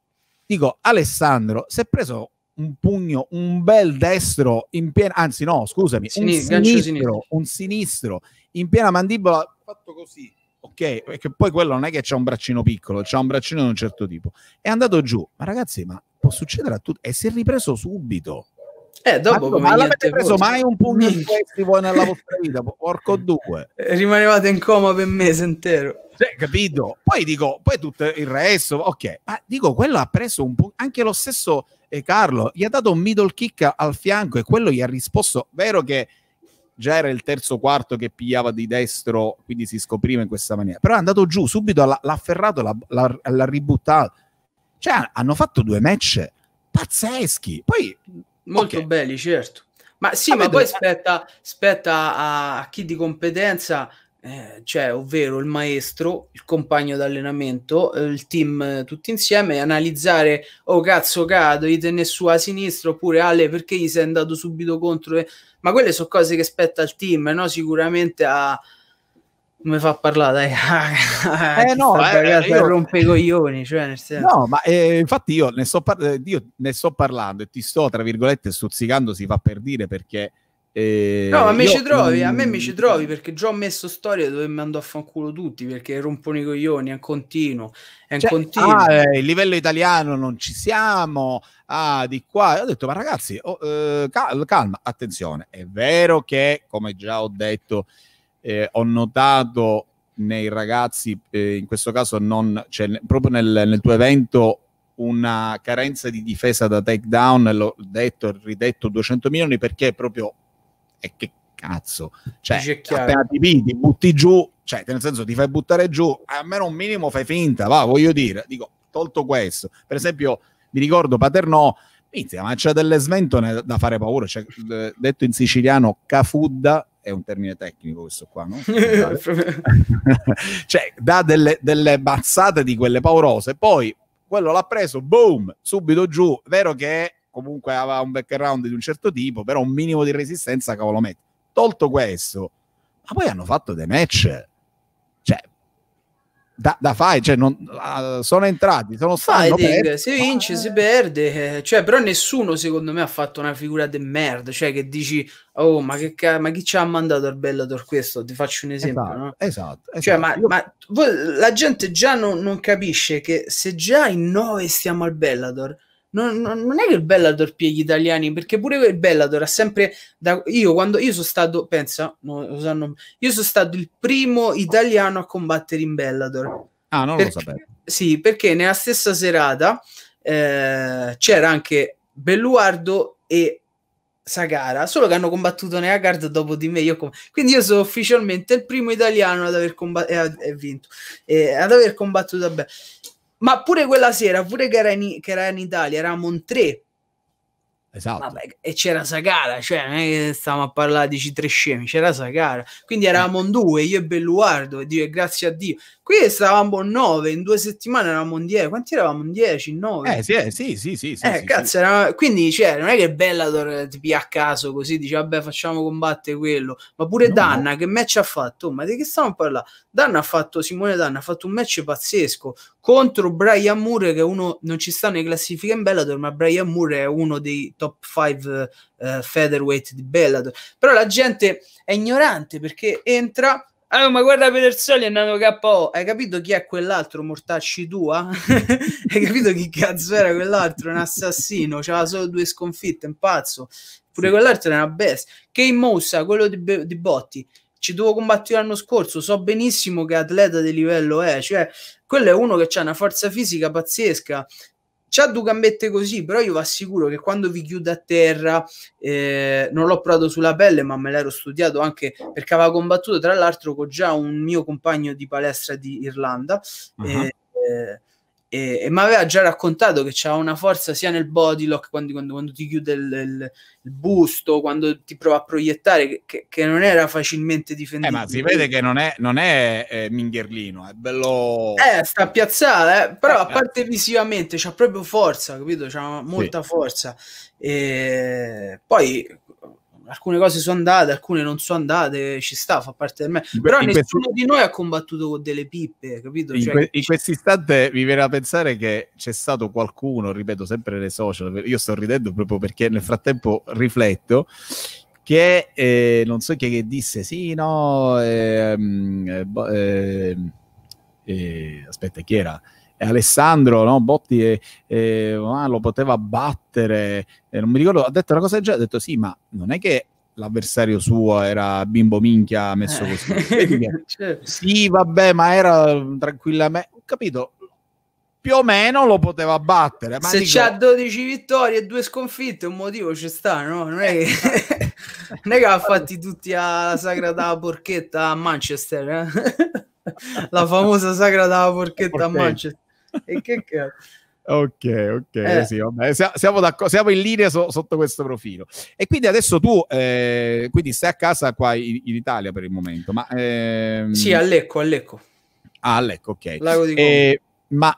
Dico, Alessandro si è preso un pugno, un bel destro in piena, anzi no, scusami, Sinistro, un sinistro, sinistro, un sinistro in piena mandibola, fatto così, ok? Perché poi quello non è che c'ha un braccino piccolo, c'ha un braccino di un certo tipo. È andato giù, ma ragazzi, ma può succedere a tutti, e si è ripreso subito.
Eh, dopo
ma, ma l'avete preso mai un pugno di questi voi nella vostra vita? Porco due.
Rimanevate in coma per un mese intero.
Cioè, capito? Poi dico, poi tutto il resto, ok, ma dico, quello ha preso un po', anche lo stesso eh, Carlo, gli ha dato un middle kick al fianco e quello gli ha risposto, vero che già era il terzo quarto che pigliava di destro, quindi si scopriva in questa maniera, però è andato giù, subito l'ha, l'ha afferrato, l'ha, l'ha, l'ha ributtato, cioè hanno fatto due match pazzeschi, poi...
Molto okay. belli, certo. Ma sì, ah, ma vedo... poi spetta, spetta a, a chi di competenza... Eh, cioè, ovvero il maestro, il compagno d'allenamento, eh, il team eh, tutti insieme, analizzare, oh cazzo cado, gli tenne su a sinistra, oppure Ale perché gli sei andato subito contro, eh? Ma quelle sono cose che spetta al team, no? Sicuramente a... come fa a parlare, dai, eh no, eh, io... rompe i coglioni, cioè nel senso...
No, ma eh, infatti io ne, sto par- io ne sto parlando e ti sto, tra virgolette, stuzzicando, si fa per dire, perché Eh,
no, a me
io,
ci trovi, a me mi ci trovi perché già ho messo storie dove mi andò a fanculo tutti perché rompono i coglioni, è un continuo, è un
cioè,
continuo.
Ah, eh, il livello italiano non ci siamo, ah, di qua. Ho detto, ma ragazzi, oh, eh, cal- calma, attenzione, è vero che, come già ho detto, eh, ho notato nei ragazzi, eh, in questo caso non, cioè, proprio nel, nel tuo evento, una carenza di difesa da takedown, l'ho detto e ridetto duecento milioni, perché proprio e che cazzo, cioè appena ti ti butti giù, cioè nel senso ti fai buttare giù, almeno un minimo fai finta, va, voglio dire, dico, tolto questo, per esempio mi ricordo Paternò, inizia, ma c'è delle sventone da fare paura, cioè, detto in siciliano cafudda, è un termine tecnico questo qua, no? Cioè dà delle, delle mazzate di quelle paurose, poi quello l'ha preso, boom, subito giù, vero che comunque aveva un background di un certo tipo, però un minimo di resistenza cavolo mette. Tolto questo, ma poi hanno fatto dei match, cioè da, da fai, cioè non, uh, sono entrati, sono
fighting, si vince, ma... si perde, cioè però nessuno secondo me ha fatto una figura de merda, cioè che dici oh ma che ma chi ci ha mandato al Bellator questo, ti faccio un esempio,
esatto,
no?
Esatto, esatto.
Cioè, ma,
Io...
ma la gente già non, non capisce che se già in nove stiamo al Bellator, non, non, non è che il Bellator pieghi gli italiani, perché pure il Bellator ha sempre da, io quando io sono stato pensa no, io sono stato il primo italiano a combattere in Bellator.
Ah, non
perché,
lo sapevo.
Sì, perché nella stessa serata eh, c'era anche Belluardo e Sagara, solo che hanno combattuto nella card dopo di me, io com- quindi io sono ufficialmente il primo italiano ad aver combattuto e eh, vinto eh, ad aver combattuto bene. Ma pure quella sera, pure che era in, che era in Italia, eravamo in tre.
Esatto.
Vabbè, e c'era Sagara, cioè non è che stavamo a parlare di tre scemi, c'era Sagara, quindi eravamo in due, io e Belluardo, e Dio, grazie a Dio. Qui stavamo in nove, in due settimane eravamo in dieci, quanti eravamo? In dieci, in nove?
Eh sì, eh, sì, sì, sì, sì,
eh,
sì,
cazzo,
sì.
Era... quindi cioè, non è che Bellator ti pia a caso così, dice vabbè facciamo combattere quello, ma pure no, Danna, no. Che match ha fatto? Oh, ma di che stiamo a parlare? Danna ha fatto, Simone Danna ha fatto un match pazzesco contro Brian Moore, che uno non ci sta nelle classifiche in Bellator, ma Brian Moore è uno dei top cinque uh, featherweight di Bellator, però la gente è ignorante perché entra ah, ma guarda Pedersoli è andato K O, hai capito chi è quell'altro mortacci tua? Hai capito chi cazzo era quell'altro? Un assassino, c'aveva solo due sconfitte, un pazzo, pure sì. Quell'altro era una bestia. Kane Mossa, quello di, Be- di Botti, ci dovevo combattere l'anno scorso, so benissimo che atleta di livello è, cioè quello è uno che ha una forza fisica pazzesca, c'ha due gambette così, però io vi assicuro che quando vi chiude a terra eh, non l'ho provato sulla pelle, ma me l'ero studiato anche perché aveva combattuto tra l'altro con già un mio compagno di palestra di Irlanda uh-huh. e, eh, e, e mi aveva già raccontato che c'ha una forza sia nel body lock, quando, quando, quando ti chiude il, il, il busto, quando ti prova a proiettare, che, che, che non era facilmente difendibile.
Eh, ma si vede che non è, non è eh, mingherlino, è bello...
Eh, sta piazzata, eh? Però a parte visivamente c'ha proprio forza, capito? C'ha molta sì. forza. E poi alcune cose sono andate, alcune non sono andate, ci sta, fa parte del me. In Però in nessuno questi... di noi ha combattuto con delle pippe, capito?
In,
cioè,
que- in questo istante mi viene a pensare che c'è stato qualcuno, ripeto sempre nei social, io sto ridendo proprio perché nel frattempo rifletto, che eh, non so chi che disse, sì, no, ehm, eh, eh, aspetta, chi era? Alessandro, no? Botti eh, eh, ah, lo poteva battere, eh, non mi ricordo, ha detto una cosa del genere, ha detto sì, ma non è che l'avversario suo era bimbo minchia messo così. Eh. Certo. Sì, vabbè, ma era tranquillamente, ho capito, più o meno lo poteva battere. Ma
se
dico...
c'ha dodici vittorie e due sconfitte, un motivo ci sta, no? Non è che, non è che ha fatti tutti alla sagra della porchetta a Manchester, eh? La famosa sagra della porchetta a Manchester. E che cazzo?
Ok, ok, eh. Sì, vabbè. Siamo, siamo in linea so, sotto questo profilo. E quindi adesso tu eh, quindi stai a casa qua in, in Italia per il momento, ma ehm...
sì, a Lecco, a Lecco.
Ah, a Lecco, ok.
Lago di
eh, ma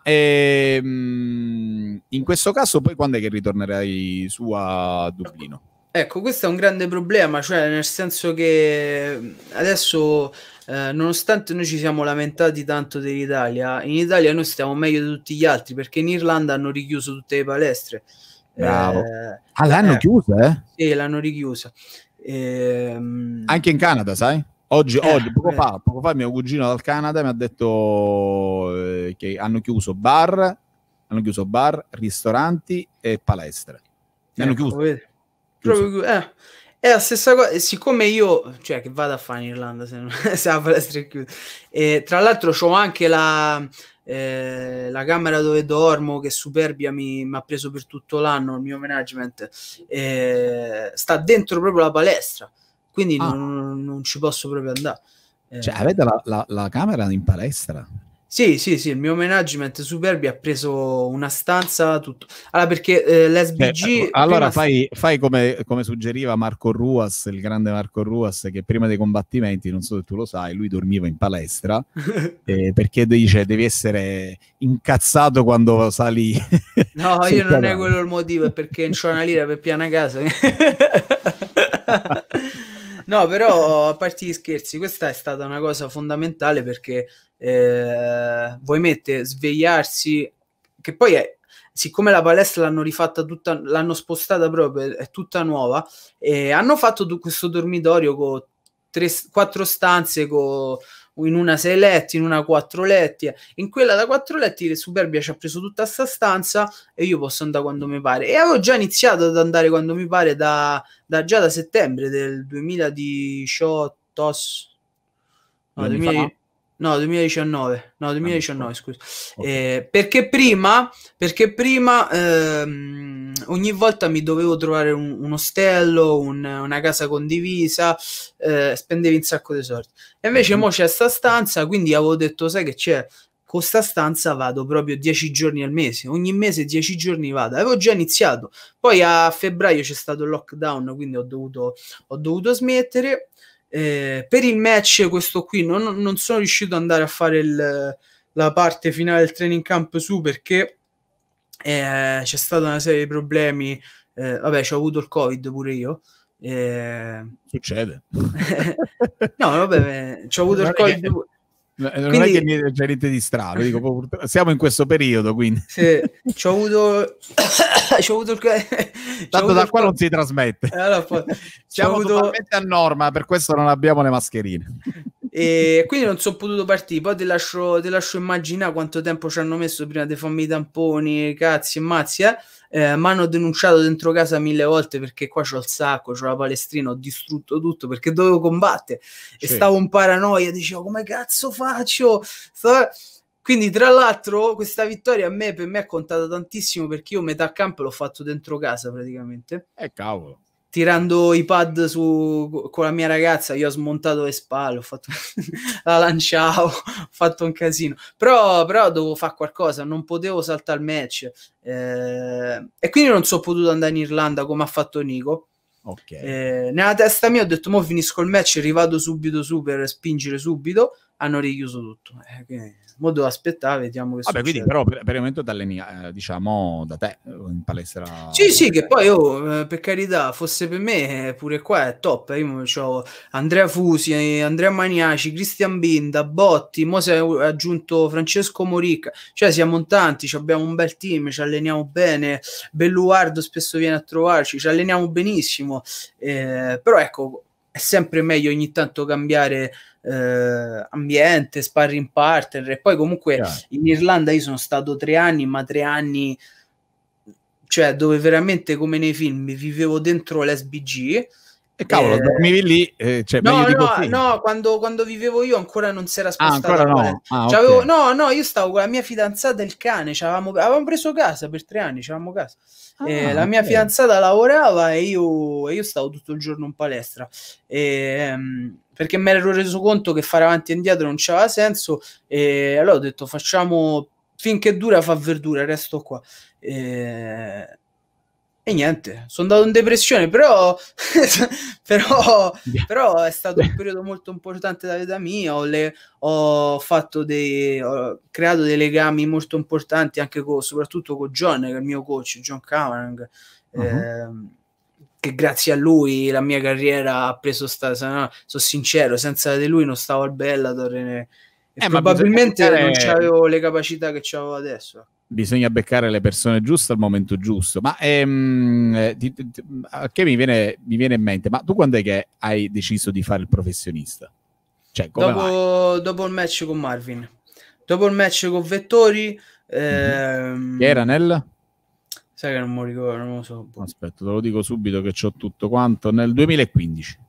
ehm, in questo caso poi quando è che ritornerai su a Dublino?
Ecco, questo è un grande problema, cioè nel senso che adesso eh, nonostante noi ci siamo lamentati tanto dell'Italia, in Italia noi stiamo meglio di tutti gli altri perché in Irlanda hanno richiuso tutte le palestre.
Bravo. Eh, ah, l'hanno eh, chiusa, eh?
Sì, l'hanno richiusa. Ehm...
Anche in Canada, sai? Oggi, eh, oggi poco, fa, poco fa mio cugino dal Canada mi ha detto eh, che hanno chiuso bar, hanno chiuso bar, ristoranti e palestre. Ne hanno
ecco,
chiuso.
Vedi? Proprio, eh, è la stessa cosa, e siccome io, cioè che vado a fare in Irlanda se, non, se la palestra è chiusa, e tra l'altro c'ho anche la, eh, la camera dove dormo che Superbia mi, mi ha preso per tutto l'anno, il mio management, eh, sta dentro proprio la palestra, quindi ah. non, non ci posso proprio andare.
Cioè avete la, la, la camera in palestra?
Sì, sì, sì, il mio management Superbi ha preso una stanza, tutto. Allora, perché eh, l'S B G
Eh, allora
prima... st-
fai, fai come, come suggeriva Marco Ruas, il grande Marco Ruas, che prima dei combattimenti, non so se tu lo sai, lui dormiva in palestra eh, perché dice devi essere incazzato quando sali
No,
sul
io non è
tatami.
quello il motivo, è perché non c'ho una lira per piana casa. No, però a parte gli scherzi, questa è stata una cosa fondamentale perché eh, voi mette svegliarsi, che poi è, siccome la palestra l'hanno rifatta tutta, l'hanno spostata proprio, è tutta nuova, e hanno fatto tu- questo dormitorio con tre, quattro stanze, con, in una sei letti, in una quattro letti, in quella da quattro letti il Superbia ci ha preso tutta sta stanza e io posso andare quando mi pare. E avevo già iniziato ad andare quando mi pare da, da già da settembre del duemiladiciotto,
Due
no,
anni fa?
duemila no, duemiladiciannove, no,
L'anno
duemiladiciannove,
scorso.
scusa.
Ok.
Eh, perché prima, perché prima ehm, ogni volta mi dovevo trovare un, un ostello, un- una casa condivisa, eh, spendevi un sacco di soldi. E invece
Mhm.
mo c'è sta stanza, quindi avevo detto, sai che c'è? Con sta stanza vado proprio dieci giorni al mese, ogni mese dieci giorni vado. Avevo già iniziato, poi a febbraio c'è stato il lockdown, quindi ho dovuto, ho dovuto smettere. Eh, per il match, questo qui, non, non sono riuscito ad andare a fare il, la parte finale del training camp su perché eh, c'è stata una serie di problemi. Eh, vabbè, c'ho avuto il Covid pure io. Eh,
Succede.
no, vabbè, c'ho avuto
Non
il
è che,
Covid,
non è che
quindi
niente- c'è niente di strano, dico, pur- siamo in questo periodo, quindi.
se c'ho avuto c'ho avuto il c'ho
Tanto
avuto
da
il
qua non
co-
si trasmette.
allora, poi, c'ho
Siamo
avuto
totalmente a norma, per questo non abbiamo le mascherine.
e quindi non sono potuto partire. Poi ti lascio, ti lascio immaginare quanto tempo ci hanno messo prima di farmi i tamponi, cazzi e mazzi, eh? Eh, mi hanno denunciato dentro casa mille volte perché qua c'ho il sacco, c'ho la palestrina, ho distrutto tutto perché dovevo combattere e
Sì.
stavo in paranoia, dicevo come cazzo faccio? Sto- Quindi tra l'altro questa vittoria a me, per me è contata tantissimo perché io metà campo l'ho fatto dentro casa praticamente
Eh, cavolo.
tirando i pad su, con la mia ragazza, io ho smontato le spalle, ho fatto la lanciavo, ho fatto un casino. Però, però dovevo fare qualcosa, non potevo saltare il match. Eh, e quindi non sono potuto andare in Irlanda come ha fatto Nico.
Ok.
Eh, nella testa mia ho detto, mo finisco il match, rivado subito su per spingere subito. Hanno richiuso tutto. Eh, quindi, mo devo aspettare, vediamo che
Vabbè, quindi
succede.
però per, per il momento t'alleni, eh, diciamo, da te, eh, in palestra
Sì,
tua.
sì, che poi oh, eh, per carità, fosse per me, eh, pure qua è top. eh. Io ho Andrea Fusi, eh, Andrea Maniaci, Cristian Binda, Botti, mo si è aggiunto Francesco Morica, cioè siamo in tanti, ci abbiamo un bel team, ci alleniamo bene, Belluardo spesso viene a trovarci, ci alleniamo benissimo, eh, però ecco, è sempre meglio ogni tanto cambiare eh, ambiente, sparring partner, e poi comunque
Chiaro.
in Irlanda io sono stato tre anni, ma tre anni cioè dove veramente come nei film vivevo dentro l'S B G.
E cavolo,
eh,
dormivi lì, eh, cioè meglio
no
di
no
così.
no quando, quando vivevo io ancora non si era
Ah,
spostata
ancora
la
no.
palestra.
Ah,
C'avevo,
ok.
no no io stavo con la mia fidanzata e il cane, c'avevamo, avevamo preso casa per tre anni, c'avevamo casa. Eh,
Ah,
la mia
ok.
fidanzata lavorava e io, e io stavo tutto il giorno in palestra. E, um, perché mi ero reso conto che fare avanti e indietro non c'aveva senso, e allora ho detto facciamo finché dura fa verdura, resto qua. E, e niente, sono andato in depressione, però, però, però è stato un periodo molto importante della vita mia. Ho, le, ho fatto dei, ho creato dei legami molto importanti anche con, soprattutto con John, che è il mio coach, John Cavanagh.
Uh-huh.
Eh, che grazie a lui la mia carriera ha preso sta, no, sono sincero, senza di lui non stavo al Bellator e, e
Eh, ma bisogna
probabilmente non
beccare,
avevo le capacità che avevo adesso.
bisogna beccare le persone giuste al momento giusto. Ma ehm, eh, ti, ti, che mi viene, mi viene in mente, ma tu quando è che hai deciso di fare il professionista? Cioè, come mai?
Dopo, dopo il match con Marvin, dopo il match con Vettori,
Mm-hmm.
ehm,
Che era nel?
sai che non mi ricordo, non lo so.
Aspetta, te lo dico subito che c'ho tutto quanto. Nel duemilaquindici.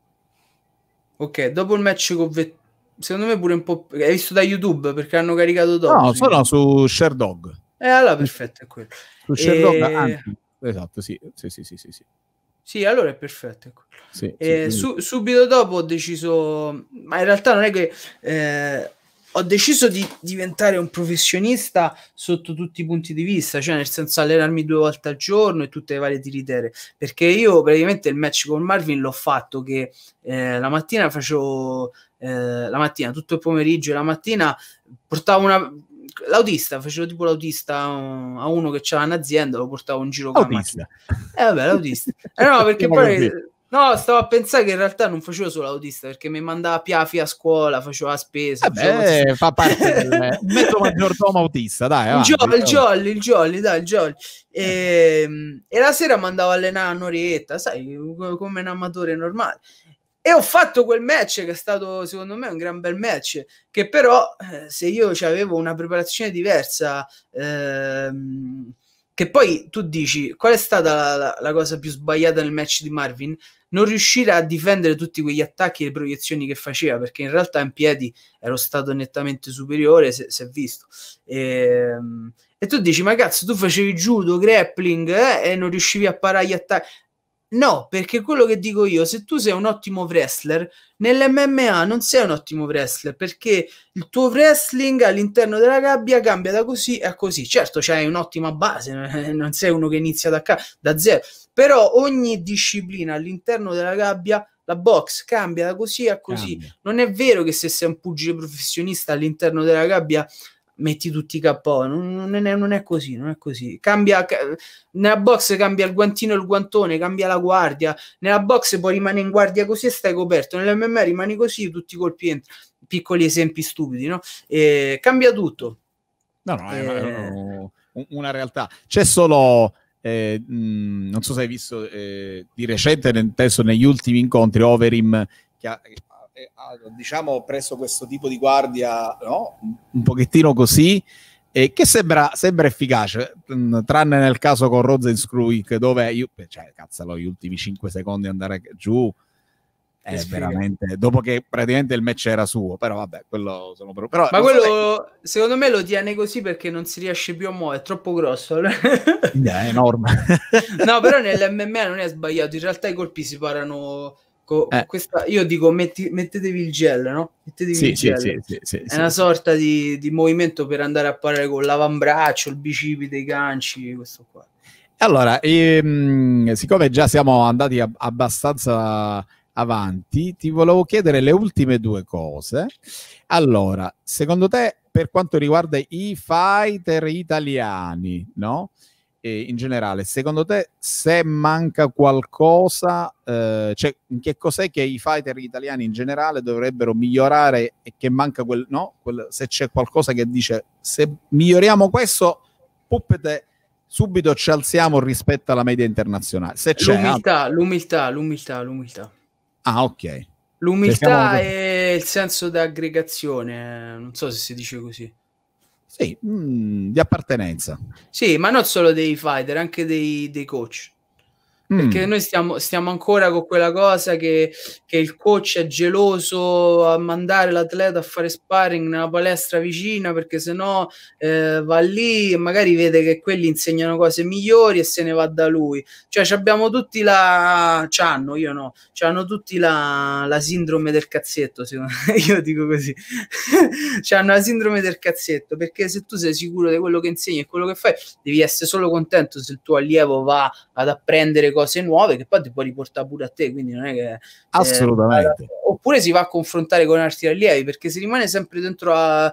Ok, dopo il match con Vettori, secondo me pure un po'. Hai visto da YouTube perché hanno caricato dopo.
No,
Su
sono
YouTube.
su Sherdog.
Eh, allora perfetto, è quello.
Su Sherdog,
E...
anzi, esatto, sì, sì, sì, sì, sì, sì.
Sì, allora è perfetto. Ecco.
Sì, sì,
E su, subito dopo ho deciso, ma in realtà non è che eh, ho deciso di diventare un professionista sotto tutti i punti di vista, cioè nel senso allenarmi due volte al giorno e tutte le varie tiritere, perché io praticamente il match con Marvin l'ho fatto che eh, la mattina facevo eh, la mattina, tutto il pomeriggio e la mattina portavo una l'autista, facevo tipo l'autista a uno che c'era un'azienda, lo portavo in giro con la macchina. Eh vabbè, l'autista. Eh no, perché poi no, stavo a pensare che in realtà non facevo solo l'autista, perché mi mandava Piafi a scuola, facevo la spesa.
Vabbè, fa parte del mezzo maggiordomo autista, dai.
Il,
avanti,
jolly, il jolly, il jolly, dai, il jolly. E, e la sera mi andavo a allenare un'oretta, sai, come un amatore normale. E ho fatto quel match che è stato secondo me un gran bel match, che però eh, se io avevo una preparazione diversa, ehm, che poi tu dici qual è stata la, la, la cosa più sbagliata nel match di Marvin? Non riuscire a difendere tutti quegli attacchi e le proiezioni che faceva, perché in realtà in piedi ero stato nettamente superiore, si è visto. E, e tu dici, ma cazzo, tu facevi judo, grappling eh, e non riuscivi a parare gli attacchi. No, perché quello che dico io, se tu sei un ottimo wrestler, nell'M M A non sei un ottimo wrestler, perché il tuo wrestling all'interno della gabbia cambia da così a così. Certo, c'hai un'ottima base, non sei uno che inizia da, da zero, però ogni disciplina all'interno della gabbia, la box cambia da così a così. Cambia. Non è vero che se sei un pugile professionista all'interno della gabbia metti tutti i K O, non, non, è, non è così, non è così. Cambia, nella box cambia il guantino e il guantone, cambia la guardia, nella box puoi rimanere in guardia così e stai coperto, nell'M M A rimani così, tutti i colpi entrano. Piccoli esempi stupidi, no? E cambia tutto.
No, no, è eh... una realtà. C'è solo eh, mh, non so se hai visto eh, di recente, nel senso negli ultimi incontri, Overeem che ha ha diciamo preso questo tipo di guardia, no? Un pochettino così, eh, che sembra, sembra efficace, mh, tranne nel caso con Rozenstruik, dove io, cioè cazzalo, gli ultimi cinque secondi andare giù è eh, veramente, dopo che praticamente il match era suo, però vabbè, quello sono però, però
ma quello so se... secondo me lo tiene così perché non si riesce più a muovere, è troppo grosso.
È enorme.
No, però nell'M M A non è sbagliato, in realtà i colpi si parano. Co- eh. questa, io dico metti, mettetevi il gel, no? Mettetevi
sì,
il gel.
Sì, sì, sì,
è
sì,
una
sì,
sorta
sì.
Di, di movimento per andare a parare con l'avambraccio, il bicipite, i ganci, questo qua.
Allora, ehm, siccome già siamo andati a, abbastanza avanti, ti volevo chiedere le ultime due cose. Allora, secondo te, per quanto riguarda i fighter italiani, no? In generale, secondo te se manca qualcosa, eh, cioè che cos'è che i fighter italiani in generale dovrebbero migliorare e che manca quel, no? Quel, se c'è qualcosa che dice se miglioriamo questo, puppete, subito ci alziamo rispetto alla media internazionale. Se c'è,
l'umiltà, ah, l'umiltà, l'umiltà, l'umiltà.
Ah, ok.
L'umiltà cioè, siamo... e il senso di aggregazione, non so se si dice così.
Sì, mh, di appartenenza.
Sì, ma non solo dei fighter, anche dei, dei coach. Perché mm. noi stiamo, stiamo ancora con quella cosa che, che il coach è geloso a mandare l'atleta a fare sparring nella palestra vicina, perché sennò eh, va lì e magari vede che quelli insegnano cose migliori e se ne va da lui. Cioè abbiamo tutti la... c'hanno, io no, c'hanno tutti la, la sindrome del cazzetto, secondo me. Io dico così. C'hanno la sindrome del cazzetto, perché se tu sei sicuro di quello che insegni e quello che fai, devi essere solo contento se il tuo allievo va ad apprendere cose nuove che poi ti puoi riportare pure a te, quindi non è che
assolutamente
eh, oppure si va a confrontare con altri allievi, perché si rimane sempre dentro a,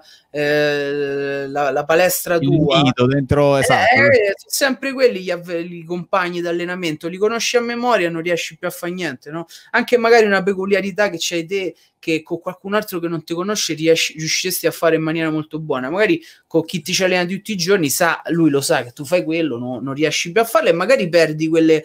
eh, la, la palestra
il
tua
nido, dentro, esatto.
eh, sono sempre quelli gli, gli compagni d'allenamento, li conosci a memoria, non riesci più a fare niente, no? Anche magari una peculiarità che c'hai te che con qualcun altro che non ti conosce riesci, riusciresti a fare in maniera molto buona, magari con chi ti ci allena tutti i giorni sa, lui lo sa che tu fai quello, no, non riesci più a farlo e magari perdi quelle,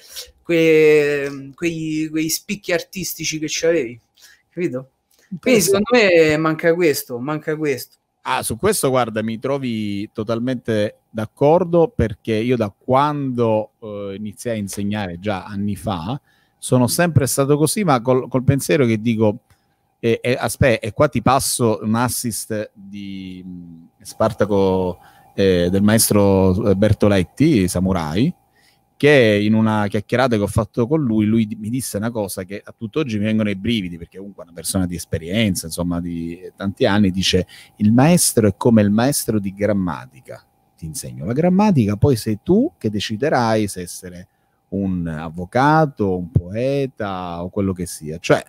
que, quei, quei spicchi artistici che c'avevi, capito? Quindi secondo me manca questo, manca questo.
Ah, su questo guarda, mi trovi totalmente d'accordo, perché io da quando eh, iniziai a insegnare già anni fa sono sempre stato così, ma col, col pensiero che dico E, e, aspetta, e qua ti passo un assist di Spartaco, eh, del maestro Bertoletti, Samurai, che in una chiacchierata che ho fatto con lui, lui mi disse una cosa che a tutt'oggi mi vengono i brividi, perché comunque è una persona di esperienza, insomma, di tanti anni, dice: il maestro è come il maestro di grammatica, ti insegno la grammatica, poi sei tu che deciderai se essere un avvocato, un poeta o quello che sia. Cioè,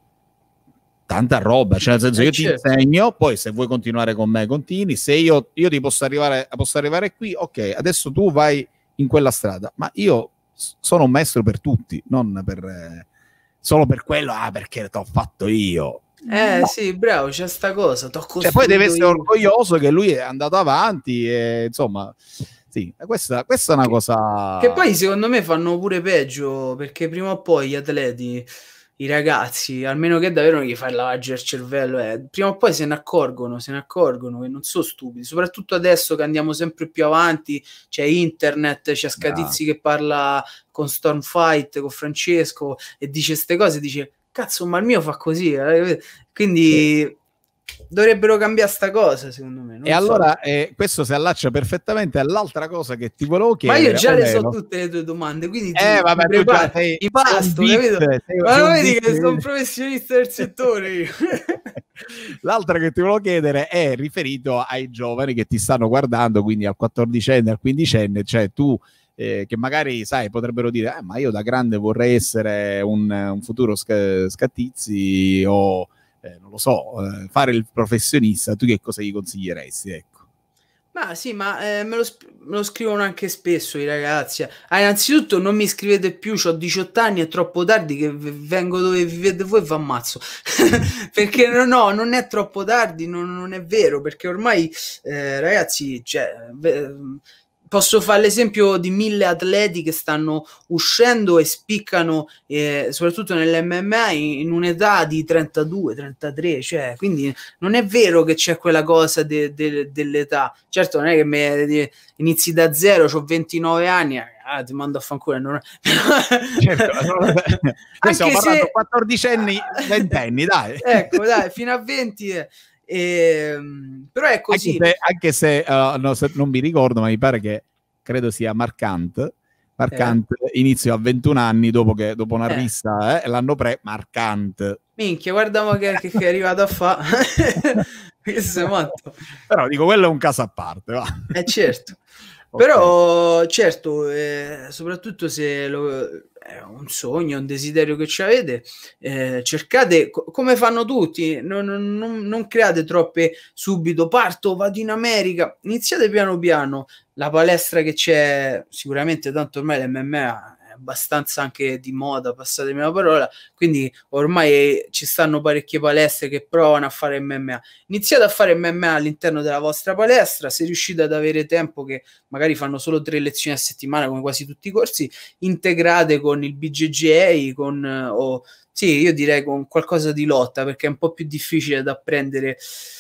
tanta roba, cioè nel senso, eh, io certo. ti insegno, poi se vuoi continuare con me continui, se io, io ti posso arrivare, posso arrivare qui, ok, adesso tu vai in quella strada, ma io sono un maestro per tutti, non per eh, solo per quello, ah, perché t'ho fatto io.
Eh no. Sì, bravo, c'è sta cosa.
Cioè, poi deve essere io. orgoglioso che lui è andato avanti e insomma, sì, questa, questa è una
che,
cosa
che poi secondo me fanno pure peggio, perché prima o poi gli atleti, i ragazzi, almeno che davvero non gli fai il lavaggio del cervello, eh, prima o poi se ne accorgono, se ne accorgono che non sono stupidi, soprattutto adesso che andiamo sempre più avanti, c'è internet, c'è Scatizzi ah. che parla con Stormfight, con Francesco e dice ste cose, dice cazzo, ma il mio fa così, eh? Quindi sì. Dovrebbero cambiare sta cosa, secondo me. Non
e
so.
Allora eh, questo si allaccia perfettamente all'altra cosa che ti volevo chiedere.
Ma io già
ovvero...
le so tutte le tue domande, quindi
eh,
tu
vabbè,
tu
già sei,
impasto,
sei
capito?
Sei,
ma
sei
non vedi
bit.
che sono un professionista del settore io.
L'altra che ti volevo chiedere è riferito ai giovani che ti stanno guardando, quindi al quattordicenne, al quindicenne, cioè tu eh, che magari, sai, potrebbero dire eh, ma io da grande vorrei essere un, un futuro sc- Scatizzi o eh, non lo so, eh, fare il professionista, tu che cosa gli consiglieresti? Ecco.
Ma sì, ma eh, me, lo sp- me lo scrivono anche spesso i ragazzi. Ah, innanzitutto non mi scrivete più, ho diciotto anni, è troppo tardi che v- vengo dove vivete voi e vi ammazzo. Perché no, no, non è troppo tardi, non, non è vero, perché ormai eh, ragazzi, cioè... Beh, posso fare l'esempio di mille atleti che stanno uscendo e spiccano, eh, soprattutto nell'M M A, in, in un'età di trentadue trentatré, cioè, quindi non è vero che c'è quella cosa de, de, dell'età. Certo, non è che me, inizi da zero, ho ventinove anni, ah, ti mando a fanculo. Non...
certo, anche stiamo parlando se... quattordicenni, ventenni, dai.
Ecco, dai, fino a venti... Eh. E, però è così,
anche se, anche se, uh, no, se non mi ricordo, ma mi pare che credo sia Marcant Marcant eh. inizio a ventuno anni dopo, che, dopo una eh. rissa eh, l'anno pre Marcant,
minchia, guarda che, che, che è arrivato a fa questo è matto.
Però dico, quello è un caso a parte, va.
Eh certo. Okay. Però certo, eh, soprattutto se lo, è un sogno, un desiderio che ci avete, eh, cercate, co- come fanno tutti, non, non, non create troppe subito, parto, vado in America, iniziate piano piano. La palestra che c'è, sicuramente tanto ormai l'M M A è abbastanza anche di moda, passatemi la parola, quindi ormai ci stanno parecchie palestre che provano a fare M M A. Iniziate a fare M M A all'interno della vostra palestra, se riuscite ad avere tempo, che magari fanno solo tre lezioni a settimana come quasi tutti i corsi, integrate con il B J J, con o sì, io direi con qualcosa di lotta, perché è un po' più difficile da apprendere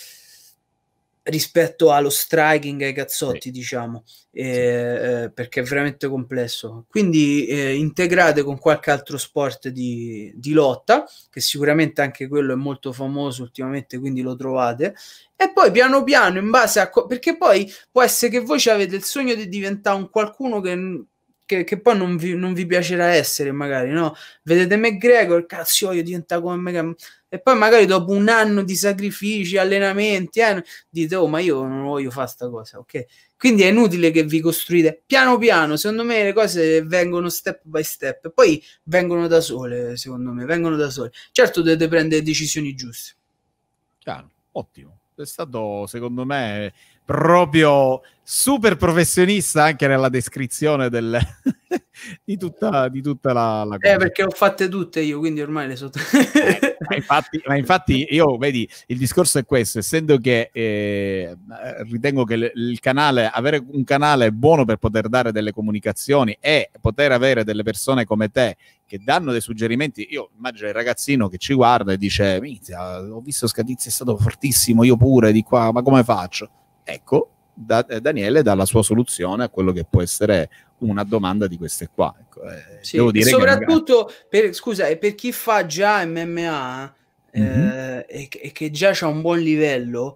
rispetto allo striking, ai cazzotti, sì. diciamo, eh, sì. eh, perché è veramente complesso. Quindi eh, integrate con qualche altro sport di, di lotta, che sicuramente anche quello è molto famoso ultimamente, quindi lo trovate. E poi piano piano, in base a... Co- perché poi può essere che voi avete il sogno di diventare un qualcuno che... Che, che poi non vi, non vi piacerà essere, magari, no? Vedete McGregor, cazzo, voglio diventare come me, e poi magari dopo un anno di sacrifici, allenamenti, eh, dite, oh, ma io non voglio fare sta cosa, ok? Quindi è inutile che vi costruite piano piano. Secondo me le cose vengono step by step, e poi vengono da sole, secondo me, vengono da sole. Certo, dovete prendere decisioni giuste.
Chiaro, ottimo. È stato, secondo me, proprio super professionista anche nella descrizione del di tutta, di tutta la, la cosa.
Eh, perché ho fatte tutte io, quindi ormai le so.
eh, ma, infatti, ma infatti io, vedi, il discorso è questo, essendo che eh, ritengo che il, il canale, avere un canale buono per poter dare delle comunicazioni e poter avere delle persone come te che danno dei suggerimenti. Io immagino il ragazzino che ci guarda e dice, ho visto Scatizzi, è stato fortissimo, io pure di qua, ma come faccio? Ecco, da, eh, Daniele dà la sua soluzione a quello che può essere una domanda di queste qua. Ecco, eh,
sì,
devo dire
e soprattutto,
che
magari... per, scusa, e per chi fa già M M A mm-hmm. eh, e, e che già c'ha un buon livello,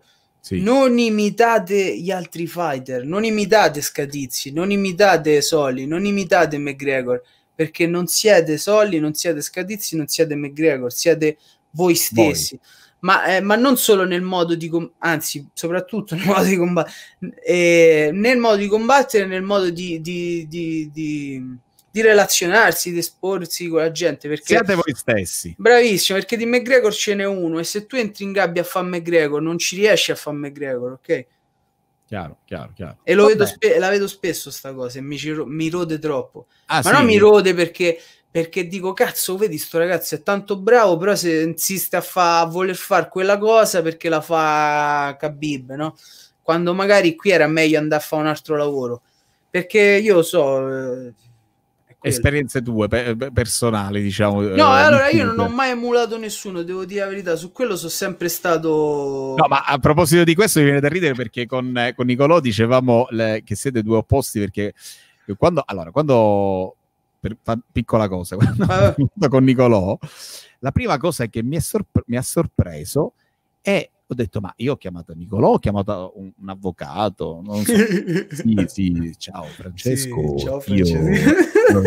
Sì.
Non imitate gli altri fighter, non imitate Scatizzi, non imitate Soli, non imitate McGregor, perché non siete Soli, non siete Scatizzi, non siete McGregor, siete voi stessi. Voi. Ma, eh, ma non solo nel modo di com- anzi, soprattutto nel modo di combattere, eh, nel modo di combattere, nel modo di, di, di, di, di relazionarsi, di esporsi con la gente. Perché
siate voi stessi.
Bravissimo, perché di McGregor ce n'è uno, e se tu entri in gabbia a fare McGregor, non ci riesci a fare McGregor, ok?
Chiaro, chiaro, chiaro.
E lo vedo spe- la vedo spesso sta cosa, e mi, ci- mi rode troppo.
Ah,
ma
sì?
non mi rode perché, perché dico, cazzo, vedi sto ragazzo è tanto bravo, però se insiste a, fa- a voler fare quella cosa perché la fa Khabib, no? Quando magari qui era meglio andare a fare un altro lavoro. Perché io so... Eh,
esperienze tue pe- personali, diciamo.
No,
eh,
allora io non ho mai emulato nessuno, devo dire la verità, su quello sono sempre stato...
No, ma a proposito di questo mi viene da ridere, perché con, eh, con Nicolò dicevamo le, che siete due opposti, perché quando, allora, quando, per, fa, piccola cosa, quando
ah.
con Nicolò, la prima cosa che mi, è sorpre- mi ha sorpreso è, ho detto, ma io ho chiamato Nicolò, ho chiamato un, un avvocato, non so. Sì, sì, ciao Francesco.
Sì, ciao Francesco.
Io...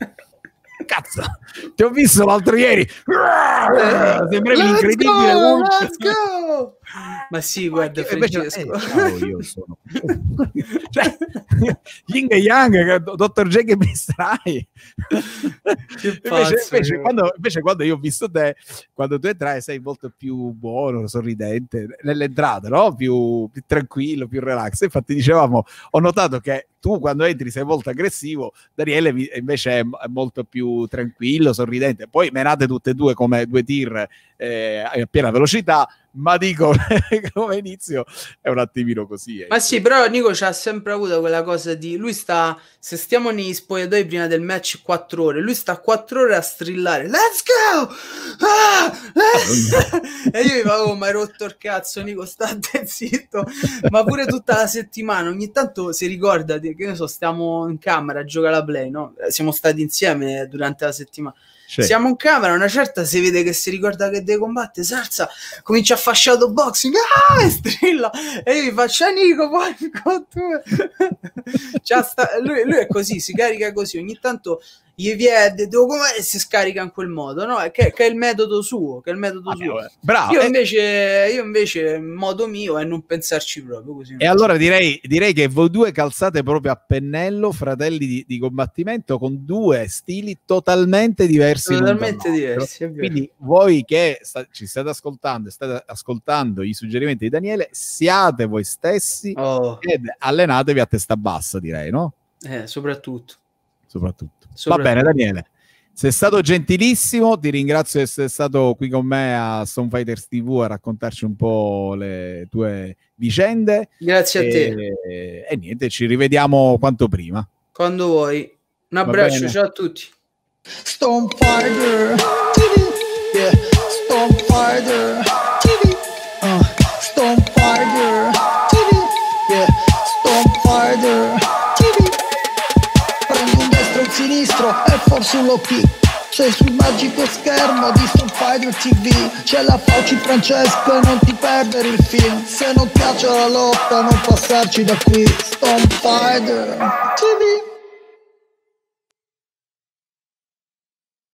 Cazzo, ti ho visto l'altro ieri. Sembravi incredibile.
Go, let's go. Ma sì, guarda, Francesco.
Eh, ciao, io sono cioè, Yin e Yang, dottor J che mi strai. Invece,
pazzo,
invece, quando, invece quando io ho visto te, quando tu entrai sei molto più buono, sorridente nell'entrata, no? Più, più tranquillo, più relax. Infatti dicevamo, ho notato che tu quando entri sei molto aggressivo, Daniele invece è molto più tranquillo, sorridente. Poi menate tutte e due come due tir eh, a piena velocità, ma dico come inizio è un attimino così. Eh.
Ma sì, però Nico c'ha sempre avuto quella cosa di lui sta, se stiamo negli spogliatoi prima del match quattro ore, lui sta quattro ore a strillare let's go! Ah, let's... e io mi facevo, ma hai rotto il cazzo Nico, state zitto. Ma pure tutta la settimana ogni tanto si ricorda di, che ne so, stiamo in camera a giocare alla Play, no? Siamo stati insieme durante la settimana. Sì. Siamo in camera, una certa si vede che si ricorda che deve combattere, si alza, comincia a fare shadow boxing, ah, e strilla, e io mi faccio Nico, poi sta... lui, lui è così, si carica così, ogni tanto gli viene, devo com'è, e si scarica in quel modo, no? Che, che è il metodo suo, che è il metodo ah, suo.
Bravo.
Io invece, io invece, il modo mio è non pensarci proprio così.
E allora direi, direi che voi due calzate proprio a pennello, fratelli di, di combattimento, con due stili totalmente diversi.
Totalmente diversi.
Quindi voi che sta, ci state ascoltando e state ascoltando i suggerimenti di Daniele, siate voi stessi
oh.
ed allenatevi a testa bassa, direi, no?
Eh, soprattutto.
Soprattutto. Va bene, Daniele, sei stato gentilissimo, ti ringrazio di essere stato qui con me a Stone Fighters tivù a raccontarci un po' le tue vicende.
Grazie
e,
a te.
E, e niente, ci rivediamo quanto prima.
Quando vuoi. Un abbraccio, ciao a tutti.
Stone Fighter T V, yeah. Stone Fighter T V, uh. Stone Fighter T V, yeah. Stone Fighter T V. Prendi un destro e un sinistro e forse un low kick. Sei sul magico schermo di Stone Fighter T V. C'è la Fauci Francesco e non ti perdere il film. Se non piace la lotta non passarci da qui. Stone Fighter T V.